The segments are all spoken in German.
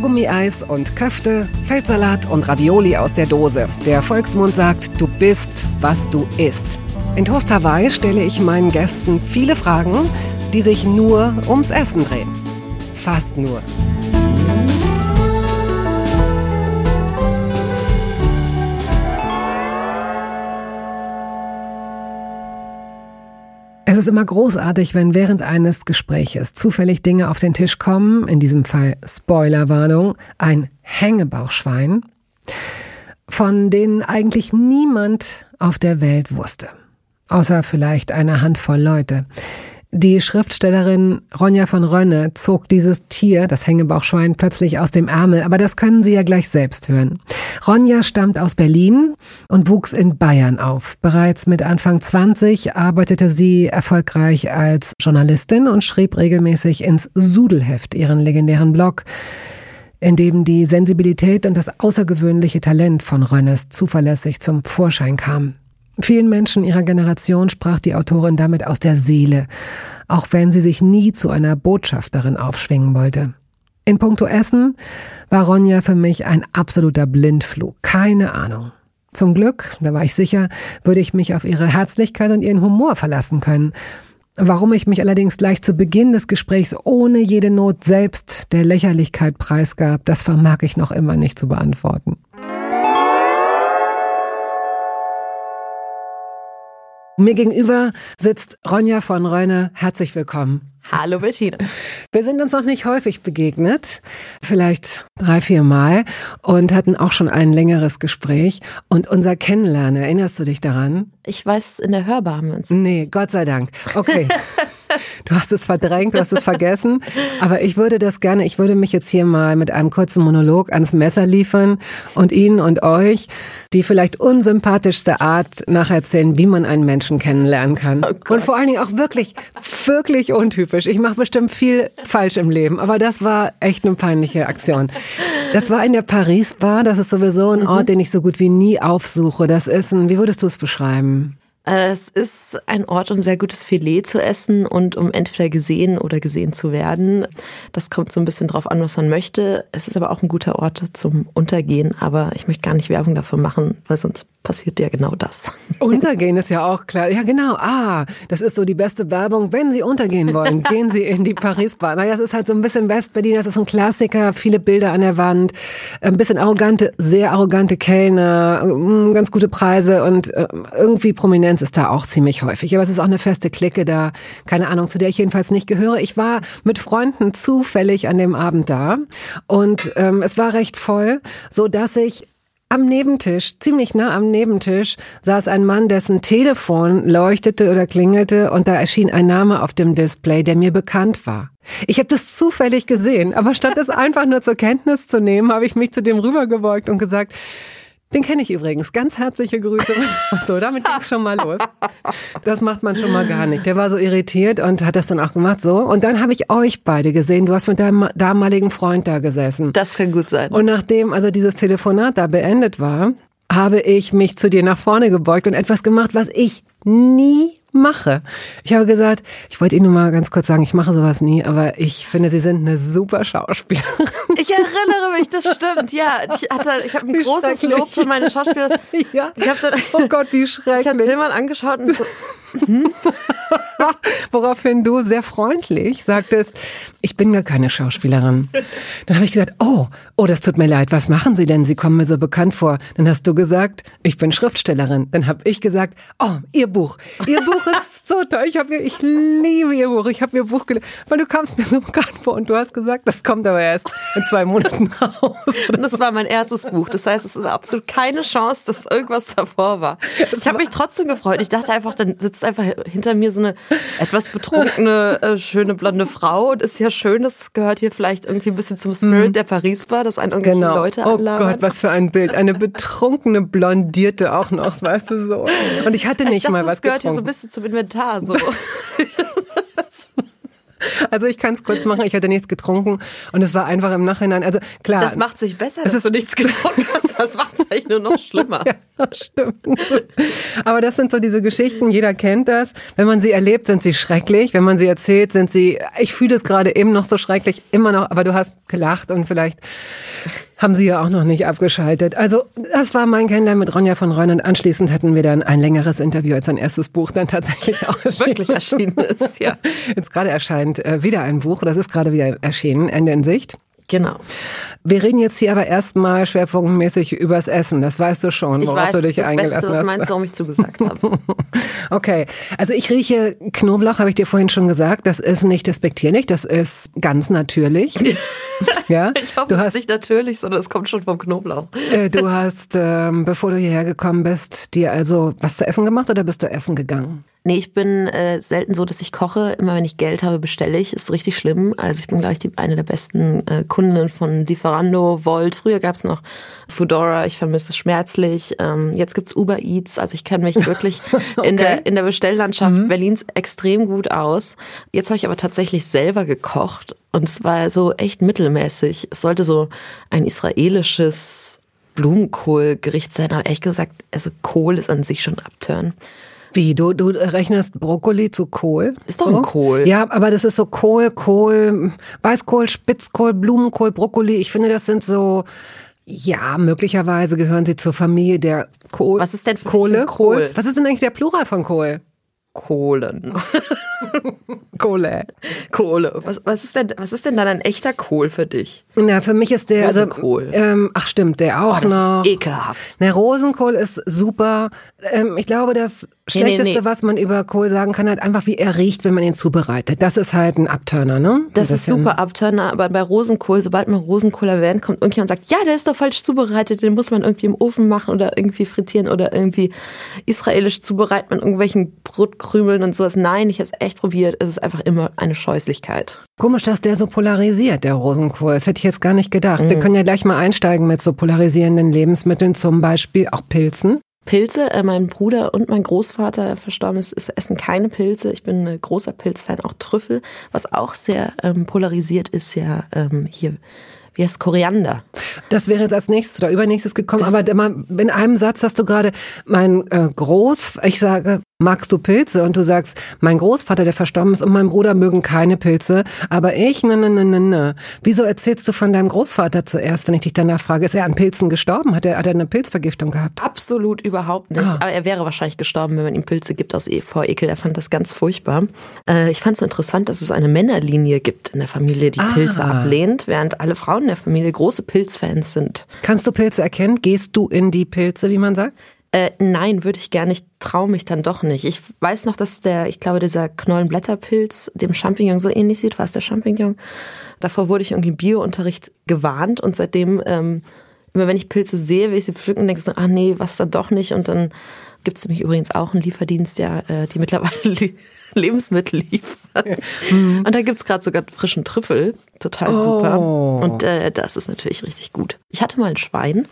Gummieis und Köfte, Feldsalat und Ravioli aus der Dose. Der Volksmund sagt, du bist, was du isst. In Toast Hawaii stelle ich meinen Gästen viele Fragen, die sich nur ums Essen drehen. Fast nur. Es ist immer großartig, wenn während eines Gespräches zufällig Dinge auf den Tisch kommen, in diesem Fall Spoilerwarnung, ein Hängebauchschwein, von denen eigentlich niemand auf der Welt wusste. Außer vielleicht eine Handvoll Leute. Die Schriftstellerin Ronja von Rönne zog dieses Tier, das Hängebauchschwein, plötzlich aus dem Ärmel, aber das können Sie ja gleich selbst hören. Ronja stammt aus Berlin und wuchs in Bayern auf. Bereits mit Anfang 20 arbeitete sie erfolgreich als Journalistin und schrieb regelmäßig ins Sudelheft, ihren legendären Blog, in dem die Sensibilität und das außergewöhnliche Talent von Rönnes zuverlässig zum Vorschein kam. Vielen Menschen ihrer Generation sprach die Autorin damit aus der Seele, auch wenn sie sich nie zu einer Botschafterin aufschwingen wollte. In puncto Essen war Ronja für mich ein absoluter Blindflug, keine Ahnung. Zum Glück, da war ich sicher, würde ich mich auf ihre Herzlichkeit und ihren Humor verlassen können. Warum ich mich allerdings gleich zu Beginn des Gesprächs ohne jede Not selbst der Lächerlichkeit preisgab, das vermag ich noch immer nicht zu beantworten. Mir gegenüber sitzt Ronja von Rönne. Herzlich willkommen. Hallo Bettina. Wir sind uns noch nicht häufig begegnet, vielleicht 3-4 Mal und hatten auch schon ein längeres Gespräch. Und unser Kennenlernen, erinnerst du dich daran? Ich weiß, in der Hörbar haben wir uns. Nee, Gott sei Dank. Okay. Du hast es verdrängt, du hast es vergessen. Aber ich würde mich jetzt hier mal mit einem kurzen Monolog ans Messer liefern und Ihnen und euch die vielleicht unsympathischste Art nacherzählen, wie man einen Menschen kennenlernen kann. Oh, und vor allen Dingen auch wirklich, wirklich untypisch. Ich mache bestimmt viel falsch im Leben, aber das war echt eine peinliche Aktion. Das war in der Paris Bar, das ist sowieso ein Ort, den ich so gut wie nie aufsuche. Das ist wie würdest du es beschreiben? Es ist ein Ort, um sehr gutes Filet zu essen und um entweder gesehen oder gesehen zu werden. Das kommt so ein bisschen drauf an, was man möchte. Es ist aber auch ein guter Ort zum Untergehen, aber ich möchte gar nicht Werbung dafür machen, weil sonst passiert ja genau das. Untergehen ist ja auch klar. Ja, genau. Das ist so die beste Werbung. Wenn Sie untergehen wollen, gehen Sie in die Paris Bar. Naja, das ist halt so ein bisschen West-Berlin. Das ist so ein Klassiker. Viele Bilder an der Wand. Ein bisschen sehr arrogante Kellner. Ganz gute Preise und irgendwie Prominenz ist da auch ziemlich häufig. Aber es ist auch eine feste Clique da. Keine Ahnung, zu der ich jedenfalls nicht gehöre. Ich war mit Freunden zufällig an dem Abend da und es war recht voll, so dass ich am Nebentisch, ziemlich nah am Nebentisch, saß ein Mann, dessen Telefon leuchtete oder klingelte und da erschien ein Name auf dem Display, der mir bekannt war. Ich habe das zufällig gesehen, aber statt es einfach nur zur Kenntnis zu nehmen, habe ich mich zu dem rübergebeugt und gesagt, den kenne ich übrigens. Ganz herzliche Grüße. So, damit ging's schon mal los. Das macht man schon mal gar nicht. Der war so irritiert und hat das dann auch gemacht. So. Und dann habe ich euch beide gesehen. Du hast mit deinem damaligen Freund da gesessen. Das kann gut sein. Und nachdem also dieses Telefonat da beendet war, habe ich mich zu dir nach vorne gebeugt und etwas gemacht, was ich nie mache. Ich habe gesagt, ich wollte Ihnen nur mal ganz kurz sagen, ich mache sowas nie, aber ich finde, Sie sind eine super Schauspielerin. Ich erinnere mich, das stimmt, ja. Ich habe ein großes Lob für meine Schauspielerin. Ja. Oh Gott, wie schrecklich. Ich habe Tillmann angeschaut und so, woraufhin du sehr freundlich sagtest, ich bin gar keine Schauspielerin. Dann habe ich gesagt, oh, das tut mir leid, was machen Sie denn? Sie kommen mir so bekannt vor. Dann hast du gesagt, ich bin Schriftstellerin. Dann habe ich gesagt, oh, Ihr Buch ist so toll. Ich liebe Ihr Buch. Ich habe Ihr Buch gelesen, weil du kamst mir so bekannt vor und du hast gesagt, das kommt aber erst in 2 Monaten raus. Und das war mein erstes Buch. Das heißt, es ist absolut keine Chance, dass irgendwas davor war. Ich habe mich trotzdem gefreut. Ich dachte einfach, dann sitzt einfach hinter mir so eine etwas betrunkene, schöne blonde Frau und ist ja schön, das gehört hier vielleicht irgendwie ein bisschen zum Spirit der Paris Bar, dass einen irgendwelche Leute anlagern. Oh Gott, was für ein Bild. Eine betrunkene Blondierte auch noch, weißt du so. Und ich hatte nicht mal was getrunken. Das gehört hier so ein bisschen zum Inventar. So. Also ich kann es kurz machen, ich hatte nichts getrunken und es war einfach im Nachhinein, also klar. Das macht sich besser, dass du nichts getrunken hast. Das macht es eigentlich nur noch schlimmer. Ja, stimmt. Aber das sind so diese Geschichten, jeder kennt das. Wenn man sie erlebt, sind sie schrecklich. Wenn man sie erzählt, sind sie, ich fühle es gerade eben noch so schrecklich, immer noch, aber du hast gelacht und vielleicht haben sie ja auch noch nicht abgeschaltet. Also das war mein Kennenlernen mit Ronja von Rheun und anschließend hatten wir dann ein längeres Interview, als sein erstes Buch dann tatsächlich auch wirklich erschienen ist. Ja. Jetzt gerade erscheint wieder ein Buch, das ist gerade wieder erschienen, Ende in Sicht. Genau. Wir reden jetzt hier aber erstmal schwerpunktmäßig übers Essen. Das weißt du schon, worauf du dich eingelassen hast. Ich weiß, das ist das Beste, was meinst du, warum ich zugesagt habe. Okay, also ich rieche Knoblauch, habe ich dir vorhin schon gesagt. Das ist nicht despektierlich, das ist ganz natürlich. Ja? Ich hoffe, es ist nicht natürlich, sondern es kommt schon vom Knoblauch. Du hast, bevor du hierher gekommen bist, dir also was zu essen gemacht oder bist du essen gegangen? Nee, ich bin selten so, dass ich koche. Immer wenn ich Geld habe, bestelle ich. Ist richtig schlimm. Also ich bin, glaube ich, eine der besten Kundinnen von Lieferando, Volt. Früher gab's noch Foodora. Ich vermisse es schmerzlich. Jetzt gibt's Uber Eats. Also ich kenne mich wirklich Okay. in der Bestelllandschaft Berlins extrem gut aus. Jetzt habe ich aber tatsächlich selber gekocht. Und es war so echt mittelmäßig. Es sollte so ein israelisches Blumenkohlgericht sein. Aber ehrlich gesagt, also Kohl ist an sich schon ein Upturn. Wie, du rechnest Brokkoli zu Kohl? Ist doch ein Kohl. Ja, aber das ist so Kohl, Weißkohl, Spitzkohl, Blumenkohl, Brokkoli. Ich finde, das sind so, ja, möglicherweise gehören sie zur Familie der Kohl. Was ist denn für Kohle? ein Kohl? Kohls? Was ist denn eigentlich der Plural von Kohl? Kohlen. Kohle. Kohle. Was ist denn dann ein echter Kohl für dich? Na, für mich ist der, Rosenkohl. Ach stimmt, der auch das noch. ist ekelhaft. Na, Rosenkohl ist super. Ich glaube, das Schlechteste, was man über Kohl sagen kann, halt einfach, wie er riecht, wenn man ihn zubereitet. Das ist halt ein Upturner, ne? Das ist super Upturner, aber bei Rosenkohl, sobald man Rosenkohl erwähnt, kommt irgendjemand und sagt, ja, der ist doch falsch zubereitet, den muss man irgendwie im Ofen machen oder irgendwie frittieren oder irgendwie israelisch zubereiten mit irgendwelchen Brotkrümeln und sowas. Nein, ich habe es echt probiert. Es ist einfach immer eine Scheußlichkeit. Komisch, dass der so polarisiert, der Rosenkohl. Das hätte ich jetzt gar nicht gedacht. Wir können ja gleich mal einsteigen mit so polarisierenden Lebensmitteln, zum Beispiel auch Pilzen. Pilze, mein Bruder und mein Großvater, der verstorben ist, essen keine Pilze. Ich bin ein großer Pilzfan, auch Trüffel. Was auch sehr polarisiert ist, ja hier, wie heißt Koriander. Das wäre jetzt als nächstes oder übernächstes gekommen. Aber in einem Satz hast du gerade, ich sage, magst du Pilze? Und du sagst, mein Großvater, der verstorben ist, und mein Bruder mögen keine Pilze. Aber ich, ne. Wieso erzählst du von deinem Großvater zuerst, wenn ich dich danach frage? Ist er an Pilzen gestorben? Hat er eine Pilzvergiftung gehabt? Absolut überhaupt nicht. Aber er wäre wahrscheinlich gestorben, wenn man ihm Pilze gibt vor Ekel. Er fand das ganz furchtbar. Ich fand es so interessant, dass es eine Männerlinie gibt in der Familie, die Pilze ablehnt, während alle Frauen in der Familie große Pilzfans sind. Kannst du Pilze erkennen? Gehst du in die Pilze, wie man sagt? Nein, würde ich gerne. Ich traue mich dann doch nicht. Ich weiß noch, dass dieser Knollenblätterpilz dem Champignon so ähnlich sieht. War es der Champignon? Davor wurde ich irgendwie im Bio-Unterricht gewarnt und seitdem, immer wenn ich Pilze sehe, will ich sie pflücken und denke so, nee, was dann doch nicht. Und dann gibt es nämlich übrigens auch einen Lieferdienst, die mittlerweile Lebensmittel liefern. Und da gibt's gerade sogar frischen Trüffel. Total super. Und das ist natürlich richtig gut. Ich hatte mal ein Schwein.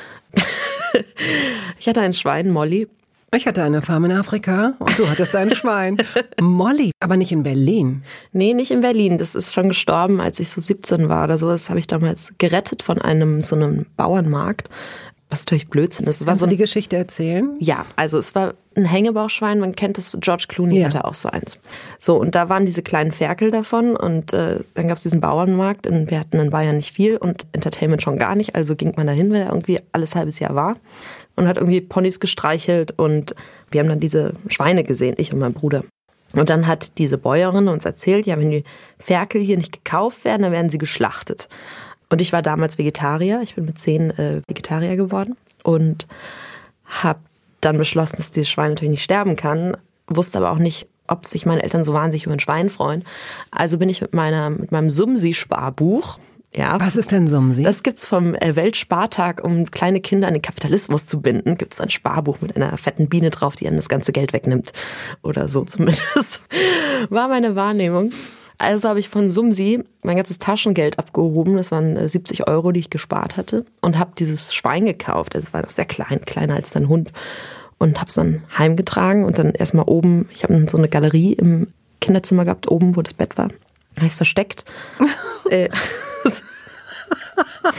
Ich hatte ein Schwein, Molly. Ich hatte eine Farm in Afrika und du hattest ein Schwein. Molly, aber nicht in Berlin. Nee, nicht in Berlin. Das ist schon gestorben, als ich so 17 war oder so. Das habe ich damals gerettet von so einem Bauernmarkt. Was natürlich Blödsinn ist. Kannst du die Geschichte erzählen? Ja, also es war ein Hängebauchschwein, man kennt das, George Clooney hatte auch so eins. So, und da waren diese kleinen Ferkel davon und dann gab es diesen Bauernmarkt und wir hatten in Bayern nicht viel und Entertainment schon gar nicht, also ging man dahin, wenn er irgendwie alles halbes Jahr war und hat irgendwie Ponys gestreichelt und wir haben dann diese Schweine gesehen, ich und mein Bruder. Und dann hat diese Bäuerin uns erzählt, ja, wenn die Ferkel hier nicht gekauft werden, dann werden sie geschlachtet. Und ich war damals Vegetarier, ich bin mit 10 Vegetarier geworden und habe dann beschlossen, dass dieses Schwein natürlich nicht sterben kann, wusste aber auch nicht, ob sich meine Eltern so wahnsinnig über ein Schwein freuen. Also bin ich mit meinem Sumsi-Sparbuch. Ja. Was ist denn Sumsi? Das gibt's vom Weltspartag, um kleine Kinder an den Kapitalismus zu binden. Gibt's ein Sparbuch mit einer fetten Biene drauf, die einem das ganze Geld wegnimmt. Oder so zumindest. War meine Wahrnehmung. Also habe ich von Sumsi mein ganzes Taschengeld abgehoben. Das waren 70 €, die ich gespart hatte. Und habe dieses Schwein gekauft. Also es war noch sehr klein, kleiner als dein Hund. Und habe es dann heimgetragen und dann erstmal oben, ich habe so eine Galerie im Kinderzimmer gehabt, oben, wo das Bett war. Habe ich es versteckt.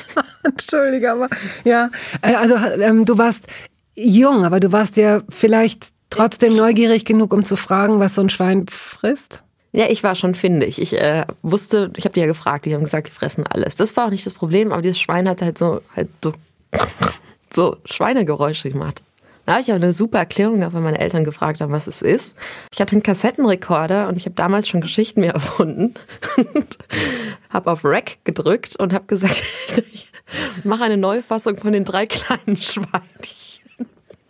Entschuldige, aber ja, also du warst jung, aber du warst ja vielleicht trotzdem neugierig genug, um zu fragen, was so ein Schwein frisst? Ja, ich war schon findig. Ich wusste, ich habe die ja gefragt, die haben gesagt, die fressen alles. Das war auch nicht das Problem, aber dieses Schwein hat halt so Schweinegeräusche gemacht. Da habe ich auch eine super Erklärung gehabt, weil meine Eltern gefragt haben, was es ist. Ich hatte einen Kassettenrekorder und ich habe damals schon Geschichten mir erfunden und habe auf Rec gedrückt und habe gesagt, ich mache eine Neufassung von den 3 kleinen Schweinchen.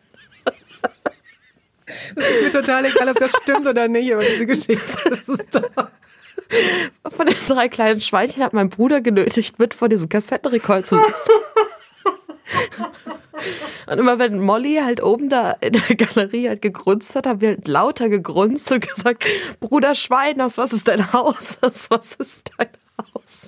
Das ist mir total egal, ob das stimmt oder nicht, aber diese Geschichte, das ist doch... Von den 3 kleinen Schweinchen hat mein Bruder genötigt, mit vor diesem Kassettenrekorder zu sitzen. Und immer wenn Molly halt oben da in der Galerie halt gegrunzt hat, haben wir halt lauter gegrunzt und gesagt, Bruder Schwein, aus was ist dein Haus? Aus was ist dein Haus?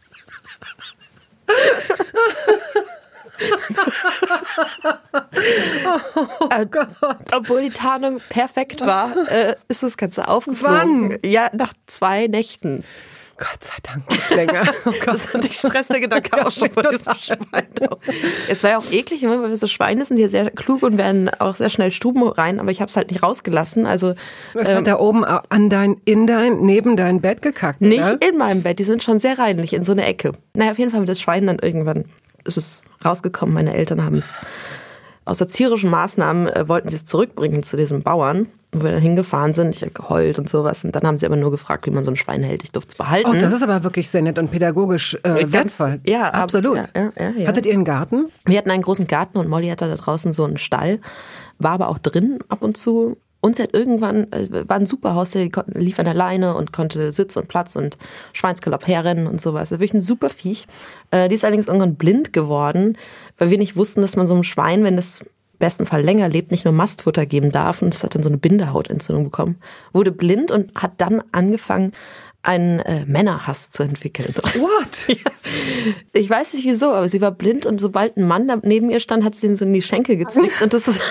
Oh Gott. Obwohl die Tarnung perfekt war, ist das Ganze aufgeflogen. Wann? Ja, nach 2 Nächten. Gott sei Dank nicht länger. Oh Gott. Ich stress der Gedanke auch schon von diesem Schwein. Es war ja auch eklig, weil wir so Schweine sind, die sehr klug und werden auch sehr schnell Stuben rein, aber ich habe es halt nicht rausgelassen. Also was hat da oben neben dein Bett gekackt? Nicht oder? In meinem Bett, die sind schon sehr reinlich, in so eine Ecke. Naja, auf jeden Fall mit das Schwein dann irgendwann ist es rausgekommen. Meine Eltern haben es aus erzieherischen Maßnahmen wollten sie es zurückbringen zu diesem Bauern, wo wir dann hingefahren sind. Ich habe geheult und sowas. Und dann haben sie aber nur gefragt, wie man so ein Schwein hält. Ich durfte es behalten. Oh, das ist aber wirklich sehr nett und pädagogisch wertvoll. Ja, absolut. Ja. Hattet ihr einen Garten? Wir hatten einen großen Garten und Molly hatte da draußen so einen Stall. War aber auch drin ab und zu. Und sie hat irgendwann, war ein super Haus, die lief an der Leine und konnte Sitz und Platz und Schweinsgalopp herrennen und sowas. Das war wirklich ein super Viech. Die ist allerdings irgendwann blind geworden, weil wir nicht wussten, dass man so einem Schwein, wenn das im besten Fall länger lebt, nicht nur Mastfutter geben darf. Und das hat dann so eine Bindehautentzündung bekommen. Wurde blind und hat dann angefangen, einen Männerhass zu entwickeln. What? Ja. Ich weiß nicht wieso, aber sie war blind und sobald ein Mann da neben ihr stand, hat sie ihn so in die Schenkel gezwickt. Und das ist...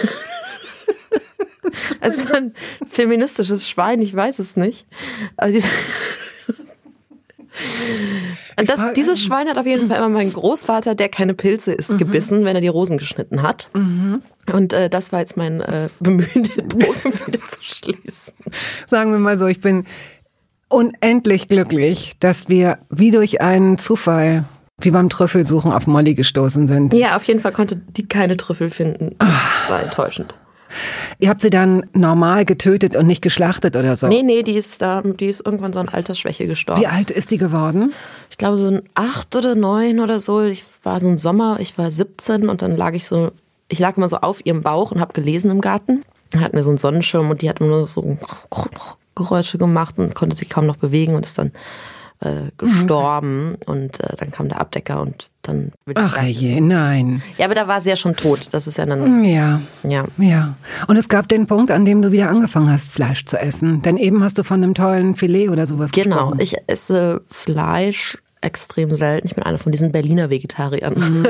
Also ein feministisches Schwein, ich weiß es nicht. Aber dieses Schwein hat auf jeden Fall immer meinen Großvater, der keine Pilze isst, gebissen, wenn er die Rosen geschnitten hat. Und das war jetzt mein Bemühen, den Bogen wieder zu schließen. Sagen wir mal so, ich bin unendlich glücklich, dass wir wie durch einen Zufall, wie beim Trüffelsuchen, auf Molly gestoßen sind. Ja, auf jeden Fall konnte die keine Trüffel finden. Das war enttäuschend. Ihr habt sie dann normal getötet und nicht geschlachtet oder so? Nee, die ist irgendwann so an Altersschwäche gestorben. Wie alt ist die geworden? Ich glaube so ein 8 oder 9 oder so. Ich war so ein Sommer, ich war 17 und dann lag ich lag immer so auf ihrem Bauch und habe gelesen im Garten. Hat mir so einen Sonnenschirm und die hat immer nur so Geräusche gemacht und konnte sich kaum noch bewegen und ist dann gestorben und dann kam der Abdecker und dann... Ach je, nein. Ja, aber da war sie ja schon tot, das ist ja dann... Ja. Und es gab den Punkt, an dem du wieder angefangen hast, Fleisch zu essen. Denn eben hast du von einem tollen Filet oder sowas gesprochen. Genau, ich esse Fleisch extrem selten. Ich bin einer von diesen Berliner Vegetariern,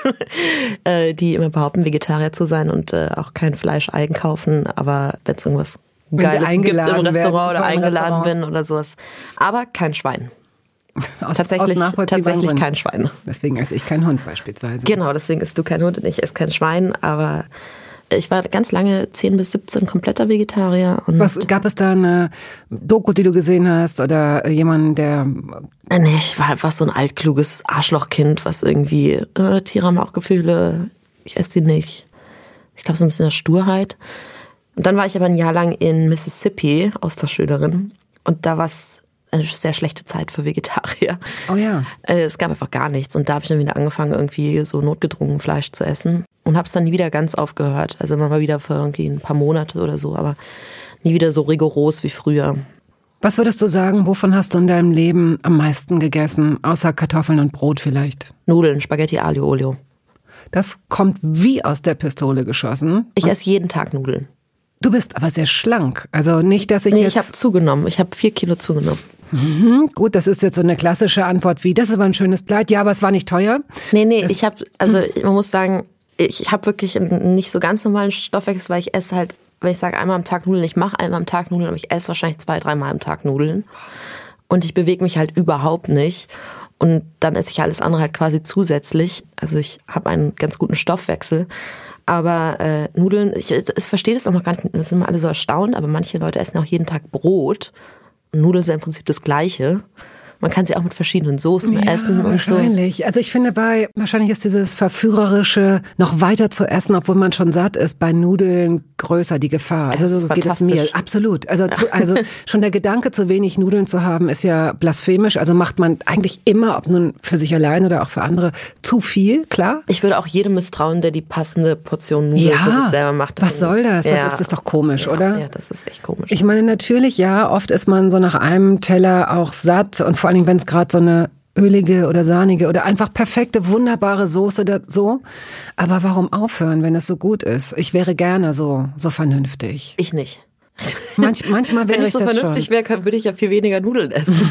die immer behaupten, Vegetarier zu sein und auch kein Fleisch einkaufen, aber wenn es irgendwas Geiles gibt im Restaurant oder eingeladen bin oder sowas. Aber kein Schwein. Tatsächlich kein Schwein. Deswegen esse ich keinen Hund beispielsweise. Genau, deswegen isst du kein Hund und ich esse kein Schwein, aber ich war ganz lange 10 bis 17 kompletter Vegetarier. Und Gab es da eine Doku, die du gesehen hast oder jemanden, der... Nee, ich war einfach so ein altkluges Arschlochkind, was irgendwie, Tiere haben auch Gefühle, ich esse sie nicht. Ich glaube, so ein bisschen der Sturheit. Und dann war ich aber ein Jahr lang in Mississippi, Austauschschülerin, und da war es eine sehr schlechte Zeit für Vegetarier. Oh ja. Es gab einfach gar nichts. Und da habe ich dann wieder angefangen, irgendwie so notgedrungen Fleisch zu essen. Und habe es dann nie wieder ganz aufgehört. Also immer mal wieder für irgendwie ein paar Monate oder so, aber nie wieder so rigoros wie früher. Was würdest du sagen, wovon hast du in deinem Leben am meisten gegessen? Außer Kartoffeln und Brot vielleicht? Nudeln, Spaghetti Aglio Olio. Das kommt wie aus der Pistole geschossen. Ich esse jeden Tag Nudeln. Du bist aber sehr schlank. Also nicht, dass ich habe zugenommen. Ich habe 4 Kilo zugenommen. Gut, das ist jetzt so eine klassische Antwort wie, das ist aber ein schönes Kleid. Ja, aber es war nicht teuer. Nee, man muss sagen, ich habe wirklich einen nicht so ganz normalen Stoffwechsel, weil ich esse halt, wenn ich sage einmal am Tag Nudeln, ich mache einmal am Tag Nudeln, aber ich esse wahrscheinlich 2-3 Mal am Tag Nudeln. Und ich bewege mich halt überhaupt nicht. Und dann esse ich alles andere halt quasi zusätzlich. Also ich habe einen ganz guten Stoffwechsel. Aber Nudeln, ich verstehe das auch noch gar nicht, das sind immer alle so erstaunt, aber manche Leute essen auch jeden Tag Brot. Und Nudeln sind im Prinzip das Gleiche. Man kann sie auch mit verschiedenen Soßen essen und so. Wahrscheinlich. Also ich finde wahrscheinlich ist dieses Verführerische, noch weiter zu essen, obwohl man schon satt ist, bei Nudeln größer die Gefahr. Also so geht es mir. Absolut. Also schon der Gedanke, zu wenig Nudeln zu haben, ist ja blasphemisch. Also macht man eigentlich immer, ob nun für sich allein oder auch für andere, zu viel, klar. Ich würde auch jedem misstrauen, der die passende Portion Nudeln für sich selber macht. Was soll das? Was ist das doch komisch, oder? Ja, das ist echt komisch. Ich meine, natürlich, ja, oft ist man so nach einem Teller auch satt und vor allen Dingen, wenn es gerade so eine ölige oder sahnige oder einfach perfekte, wunderbare Soße so. Aber warum aufhören, wenn es so gut ist? Ich wäre gerne so vernünftig. Ich nicht. Manchmal wäre ich das schon. Wenn ich so vernünftig wäre, würde ich ja viel weniger Nudeln essen.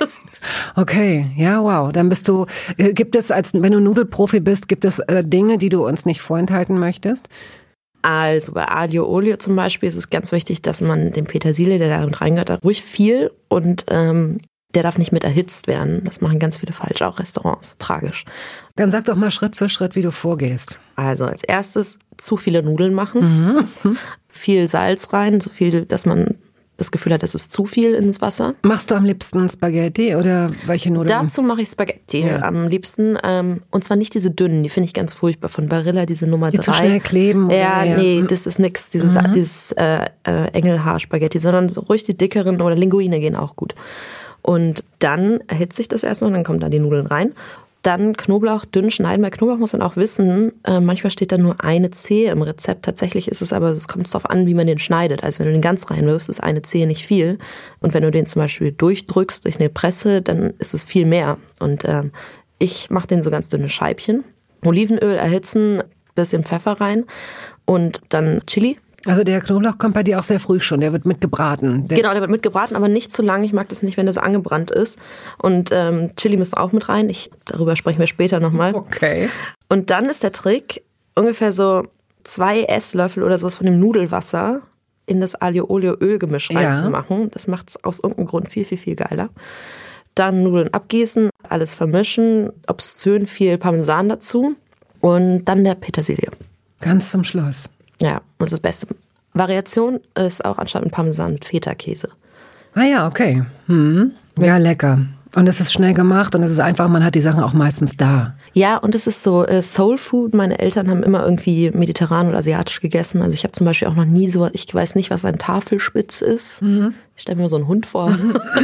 Okay, ja, wow. Dann gibt es, wenn du Nudelprofi bist, gibt es Dinge, die du uns nicht vorenthalten möchtest? Also bei Aglio Olio zum Beispiel ist es ganz wichtig, dass man den Petersilie, der da reingehört, da ruhig viel und der darf nicht mit erhitzt werden. Das machen ganz viele falsch, auch Restaurants. Tragisch. Dann sag doch mal Schritt für Schritt, wie du vorgehst. Also als erstes zu viele Nudeln machen. Viel Salz rein, so viel, dass man das Gefühl hat, es ist zu viel ins Wasser. Machst du am liebsten Spaghetti oder welche Nudeln? Dazu mache ich Spaghetti am liebsten. Und zwar nicht diese dünnen, die finde ich ganz furchtbar. Von Barilla, diese Nummer 3. Die zu schnell kleben. Ja, nee, das ist nix, dieses Engelhaar-Spaghetti, sondern so ruhig die dickeren oder Linguine gehen auch gut. Und dann erhitze ich das erstmal und dann kommen da die Nudeln rein. Dann Knoblauch dünn schneiden. Bei Knoblauch muss man auch wissen, manchmal steht da nur eine Zehe im Rezept. Tatsächlich ist es aber, es kommt darauf an, wie man den schneidet. Also wenn du den ganz reinwirfst, ist eine Zehe nicht viel. Und wenn du den zum Beispiel durchdrückst durch eine Presse, dann ist es viel mehr. Und ich mache den so ganz dünne Scheibchen. Olivenöl erhitzen, bisschen Pfeffer rein und dann Chili. Also der Knoblauch kommt bei dir auch sehr früh schon, der wird mitgebraten. Genau, der wird mitgebraten, aber nicht zu lang. Ich mag das nicht, wenn das angebrannt ist. Und Chili müsste auch mit rein. Darüber sprechen wir später nochmal. Okay. Und dann ist der Trick, ungefähr so 2 Esslöffel oder sowas von dem Nudelwasser in das Aglio-Olio-Ölgemisch reinzumachen. Das macht es aus irgendeinem Grund viel, viel, viel geiler. Dann Nudeln abgießen, alles vermischen, obszön viel Parmesan dazu und dann der Petersilie. Ganz zum Schluss. Ja, das ist das Beste. Variation ist auch anstatt mit Parmesan mit Feta-Käse. Ah ja, okay. Ja, lecker. Und es ist schnell gemacht und es ist einfach, man hat die Sachen auch meistens da. Ja, und es ist so Soul Food. Meine Eltern haben immer irgendwie mediterran oder asiatisch gegessen. Also ich habe zum Beispiel auch noch nie so, ich weiß nicht, was ein Tafelspitz ist. Ich stelle mir so einen Hund vor.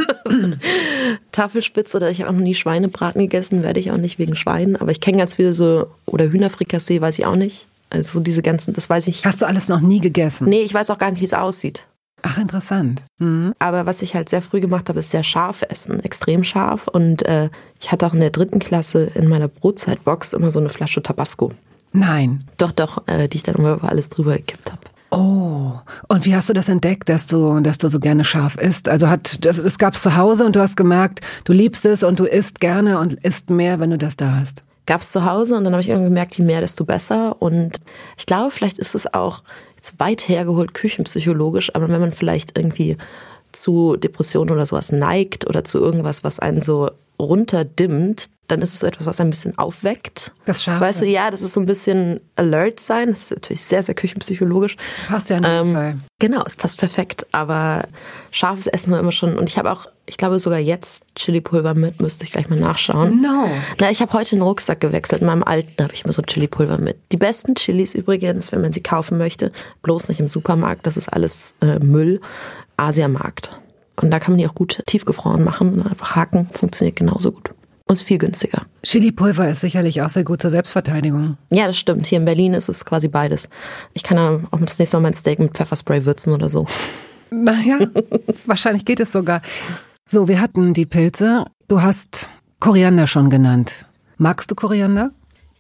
Tafelspitz, oder ich habe auch noch nie Schweinebraten gegessen, werde ich auch nicht wegen Schwein. Aber ich kenne ganz viele so, oder Hühnerfrikassee, weiß ich auch nicht. Also diese ganzen, das weiß ich. Hast du alles noch nie gegessen? Nee, ich weiß auch gar nicht, wie es aussieht. Ach, interessant. Aber was ich halt sehr früh gemacht habe, ist sehr scharf essen, extrem scharf. Und ich hatte auch in der 3. Klasse in meiner Brotzeitbox immer so eine Flasche Tabasco. Nein. Doch, die ich dann immer über alles drüber gekippt habe. Oh, und wie hast du das entdeckt, dass du so gerne scharf isst? Also es gab's zu Hause und du hast gemerkt, du liebst es und du isst gerne und isst mehr, wenn du das da hast. Gab's zu Hause und dann habe ich irgendwie gemerkt, je mehr, desto besser. Und ich glaube, vielleicht ist es auch jetzt weit hergeholt küchenpsychologisch, aber wenn man vielleicht irgendwie zu Depressionen oder sowas neigt oder zu irgendwas, was einen so runterdimmt, dann ist es so etwas, was ein bisschen aufweckt. Das Scharfe. Weißt du, ja, das ist so ein bisschen alert sein. Das ist natürlich sehr, sehr küchenpsychologisch. Passt ja in dem Fall. Genau, es passt perfekt. Aber scharfes Essen war immer schon. Und ich habe auch, ich glaube sogar jetzt Chilipulver mit, müsste ich gleich mal nachschauen. No. Na, ich habe heute den Rucksack gewechselt. In meinem alten habe ich immer so Chilipulver mit. Die besten Chilis übrigens, wenn man sie kaufen möchte, bloß nicht im Supermarkt. Das ist alles Müll. Asiamarkt. Und da kann man die auch gut tiefgefroren machen und einfach haken. Funktioniert genauso gut. Und ist viel günstiger. Chilipulver ist sicherlich auch sehr gut zur Selbstverteidigung. Ja, das stimmt. Hier in Berlin ist es quasi beides. Ich kann ja auch das nächste Mal mein Steak mit Pfefferspray würzen oder so. Naja, wahrscheinlich geht es sogar. So, wir hatten die Pilze. Du hast Koriander schon genannt. Magst du Koriander?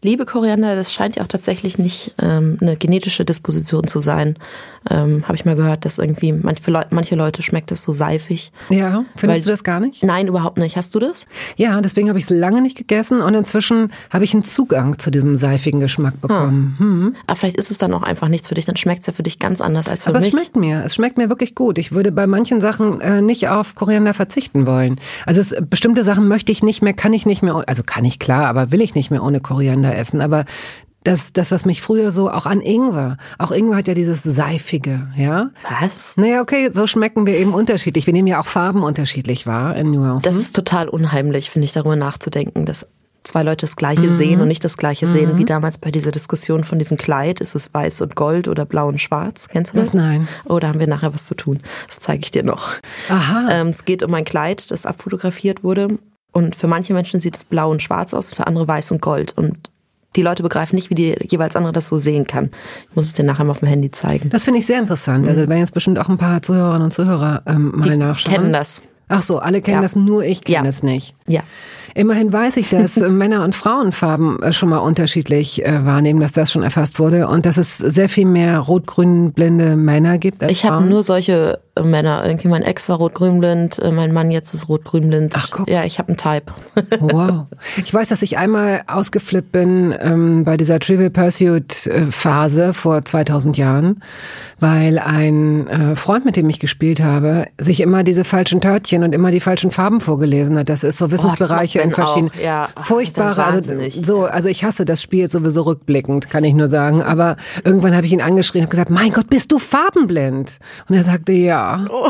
liebe Koriander, das scheint ja auch tatsächlich nicht eine genetische Disposition zu sein. Habe ich mal gehört, dass irgendwie manche Leute schmeckt das so seifig. Ja, findest du das gar nicht? Nein, überhaupt nicht. Hast du das? Ja, deswegen habe ich es lange nicht gegessen und inzwischen habe ich einen Zugang zu diesem seifigen Geschmack bekommen. Aber vielleicht ist es dann auch einfach nichts für dich, dann schmeckt es ja für dich ganz anders als für Aber mich. Aber es schmeckt mir wirklich gut. Ich würde bei manchen Sachen nicht auf Koriander verzichten wollen. Also bestimmte Sachen möchte ich nicht mehr, kann ich nicht mehr, also kann ich klar, aber will ich nicht mehr ohne Koriander essen. Aber das, was mich früher so, auch an Ingwer. Auch Ingwer hat ja dieses Seifige, ja? Was? Naja, okay, so schmecken wir eben unterschiedlich. Wir nehmen ja auch Farben unterschiedlich wahr in Nuancen. Das ist total unheimlich, finde ich, darüber nachzudenken, dass zwei Leute das Gleiche sehen und nicht das Gleiche sehen, wie damals bei dieser Diskussion von diesem Kleid. Ist es weiß und gold oder blau und schwarz? Kennst du das? Nein. Oh, da haben wir nachher was zu tun. Das zeige ich dir noch. Aha. Es geht um ein Kleid, das abfotografiert wurde. Und für manche Menschen sieht es blau und schwarz aus, für andere weiß und gold. Und die Leute begreifen nicht, wie die jeweils andere das so sehen kann. Ich muss es dir nachher mal auf dem Handy zeigen. Das finde ich sehr interessant. Also werden jetzt bestimmt auch ein paar Zuhörerinnen und Zuhörer mal nachschauen. Kennen das. Ach so, alle kennen das, nur ich kenne es nicht. Ja. Immerhin weiß ich, dass Männer- und Frauenfarben schon mal unterschiedlich wahrnehmen, dass das schon erfasst wurde und dass es sehr viel mehr rot-grün-blinde Männer gibt als Ich habe nur solche Männer. Irgendwie mein Ex war rot-grün-blind, mein Mann jetzt ist rot-grün-blind. Ach, guck. Ja, ich habe einen Type. Wow. Ich weiß, dass ich einmal ausgeflippt bin bei dieser Trivial Pursuit Phase vor 2000 Jahren, weil ein Freund, mit dem ich gespielt habe, sich immer diese falschen Törtchen und immer die falschen Farben vorgelesen hat. Das ist so Wissensbereiche in verschiedenen furchtbare, also ich hasse das Spiel sowieso rückblickend, kann ich nur sagen, aber irgendwann habe ich ihn angeschrien und gesagt, mein Gott, bist du farbenblind? Und er sagte, ja.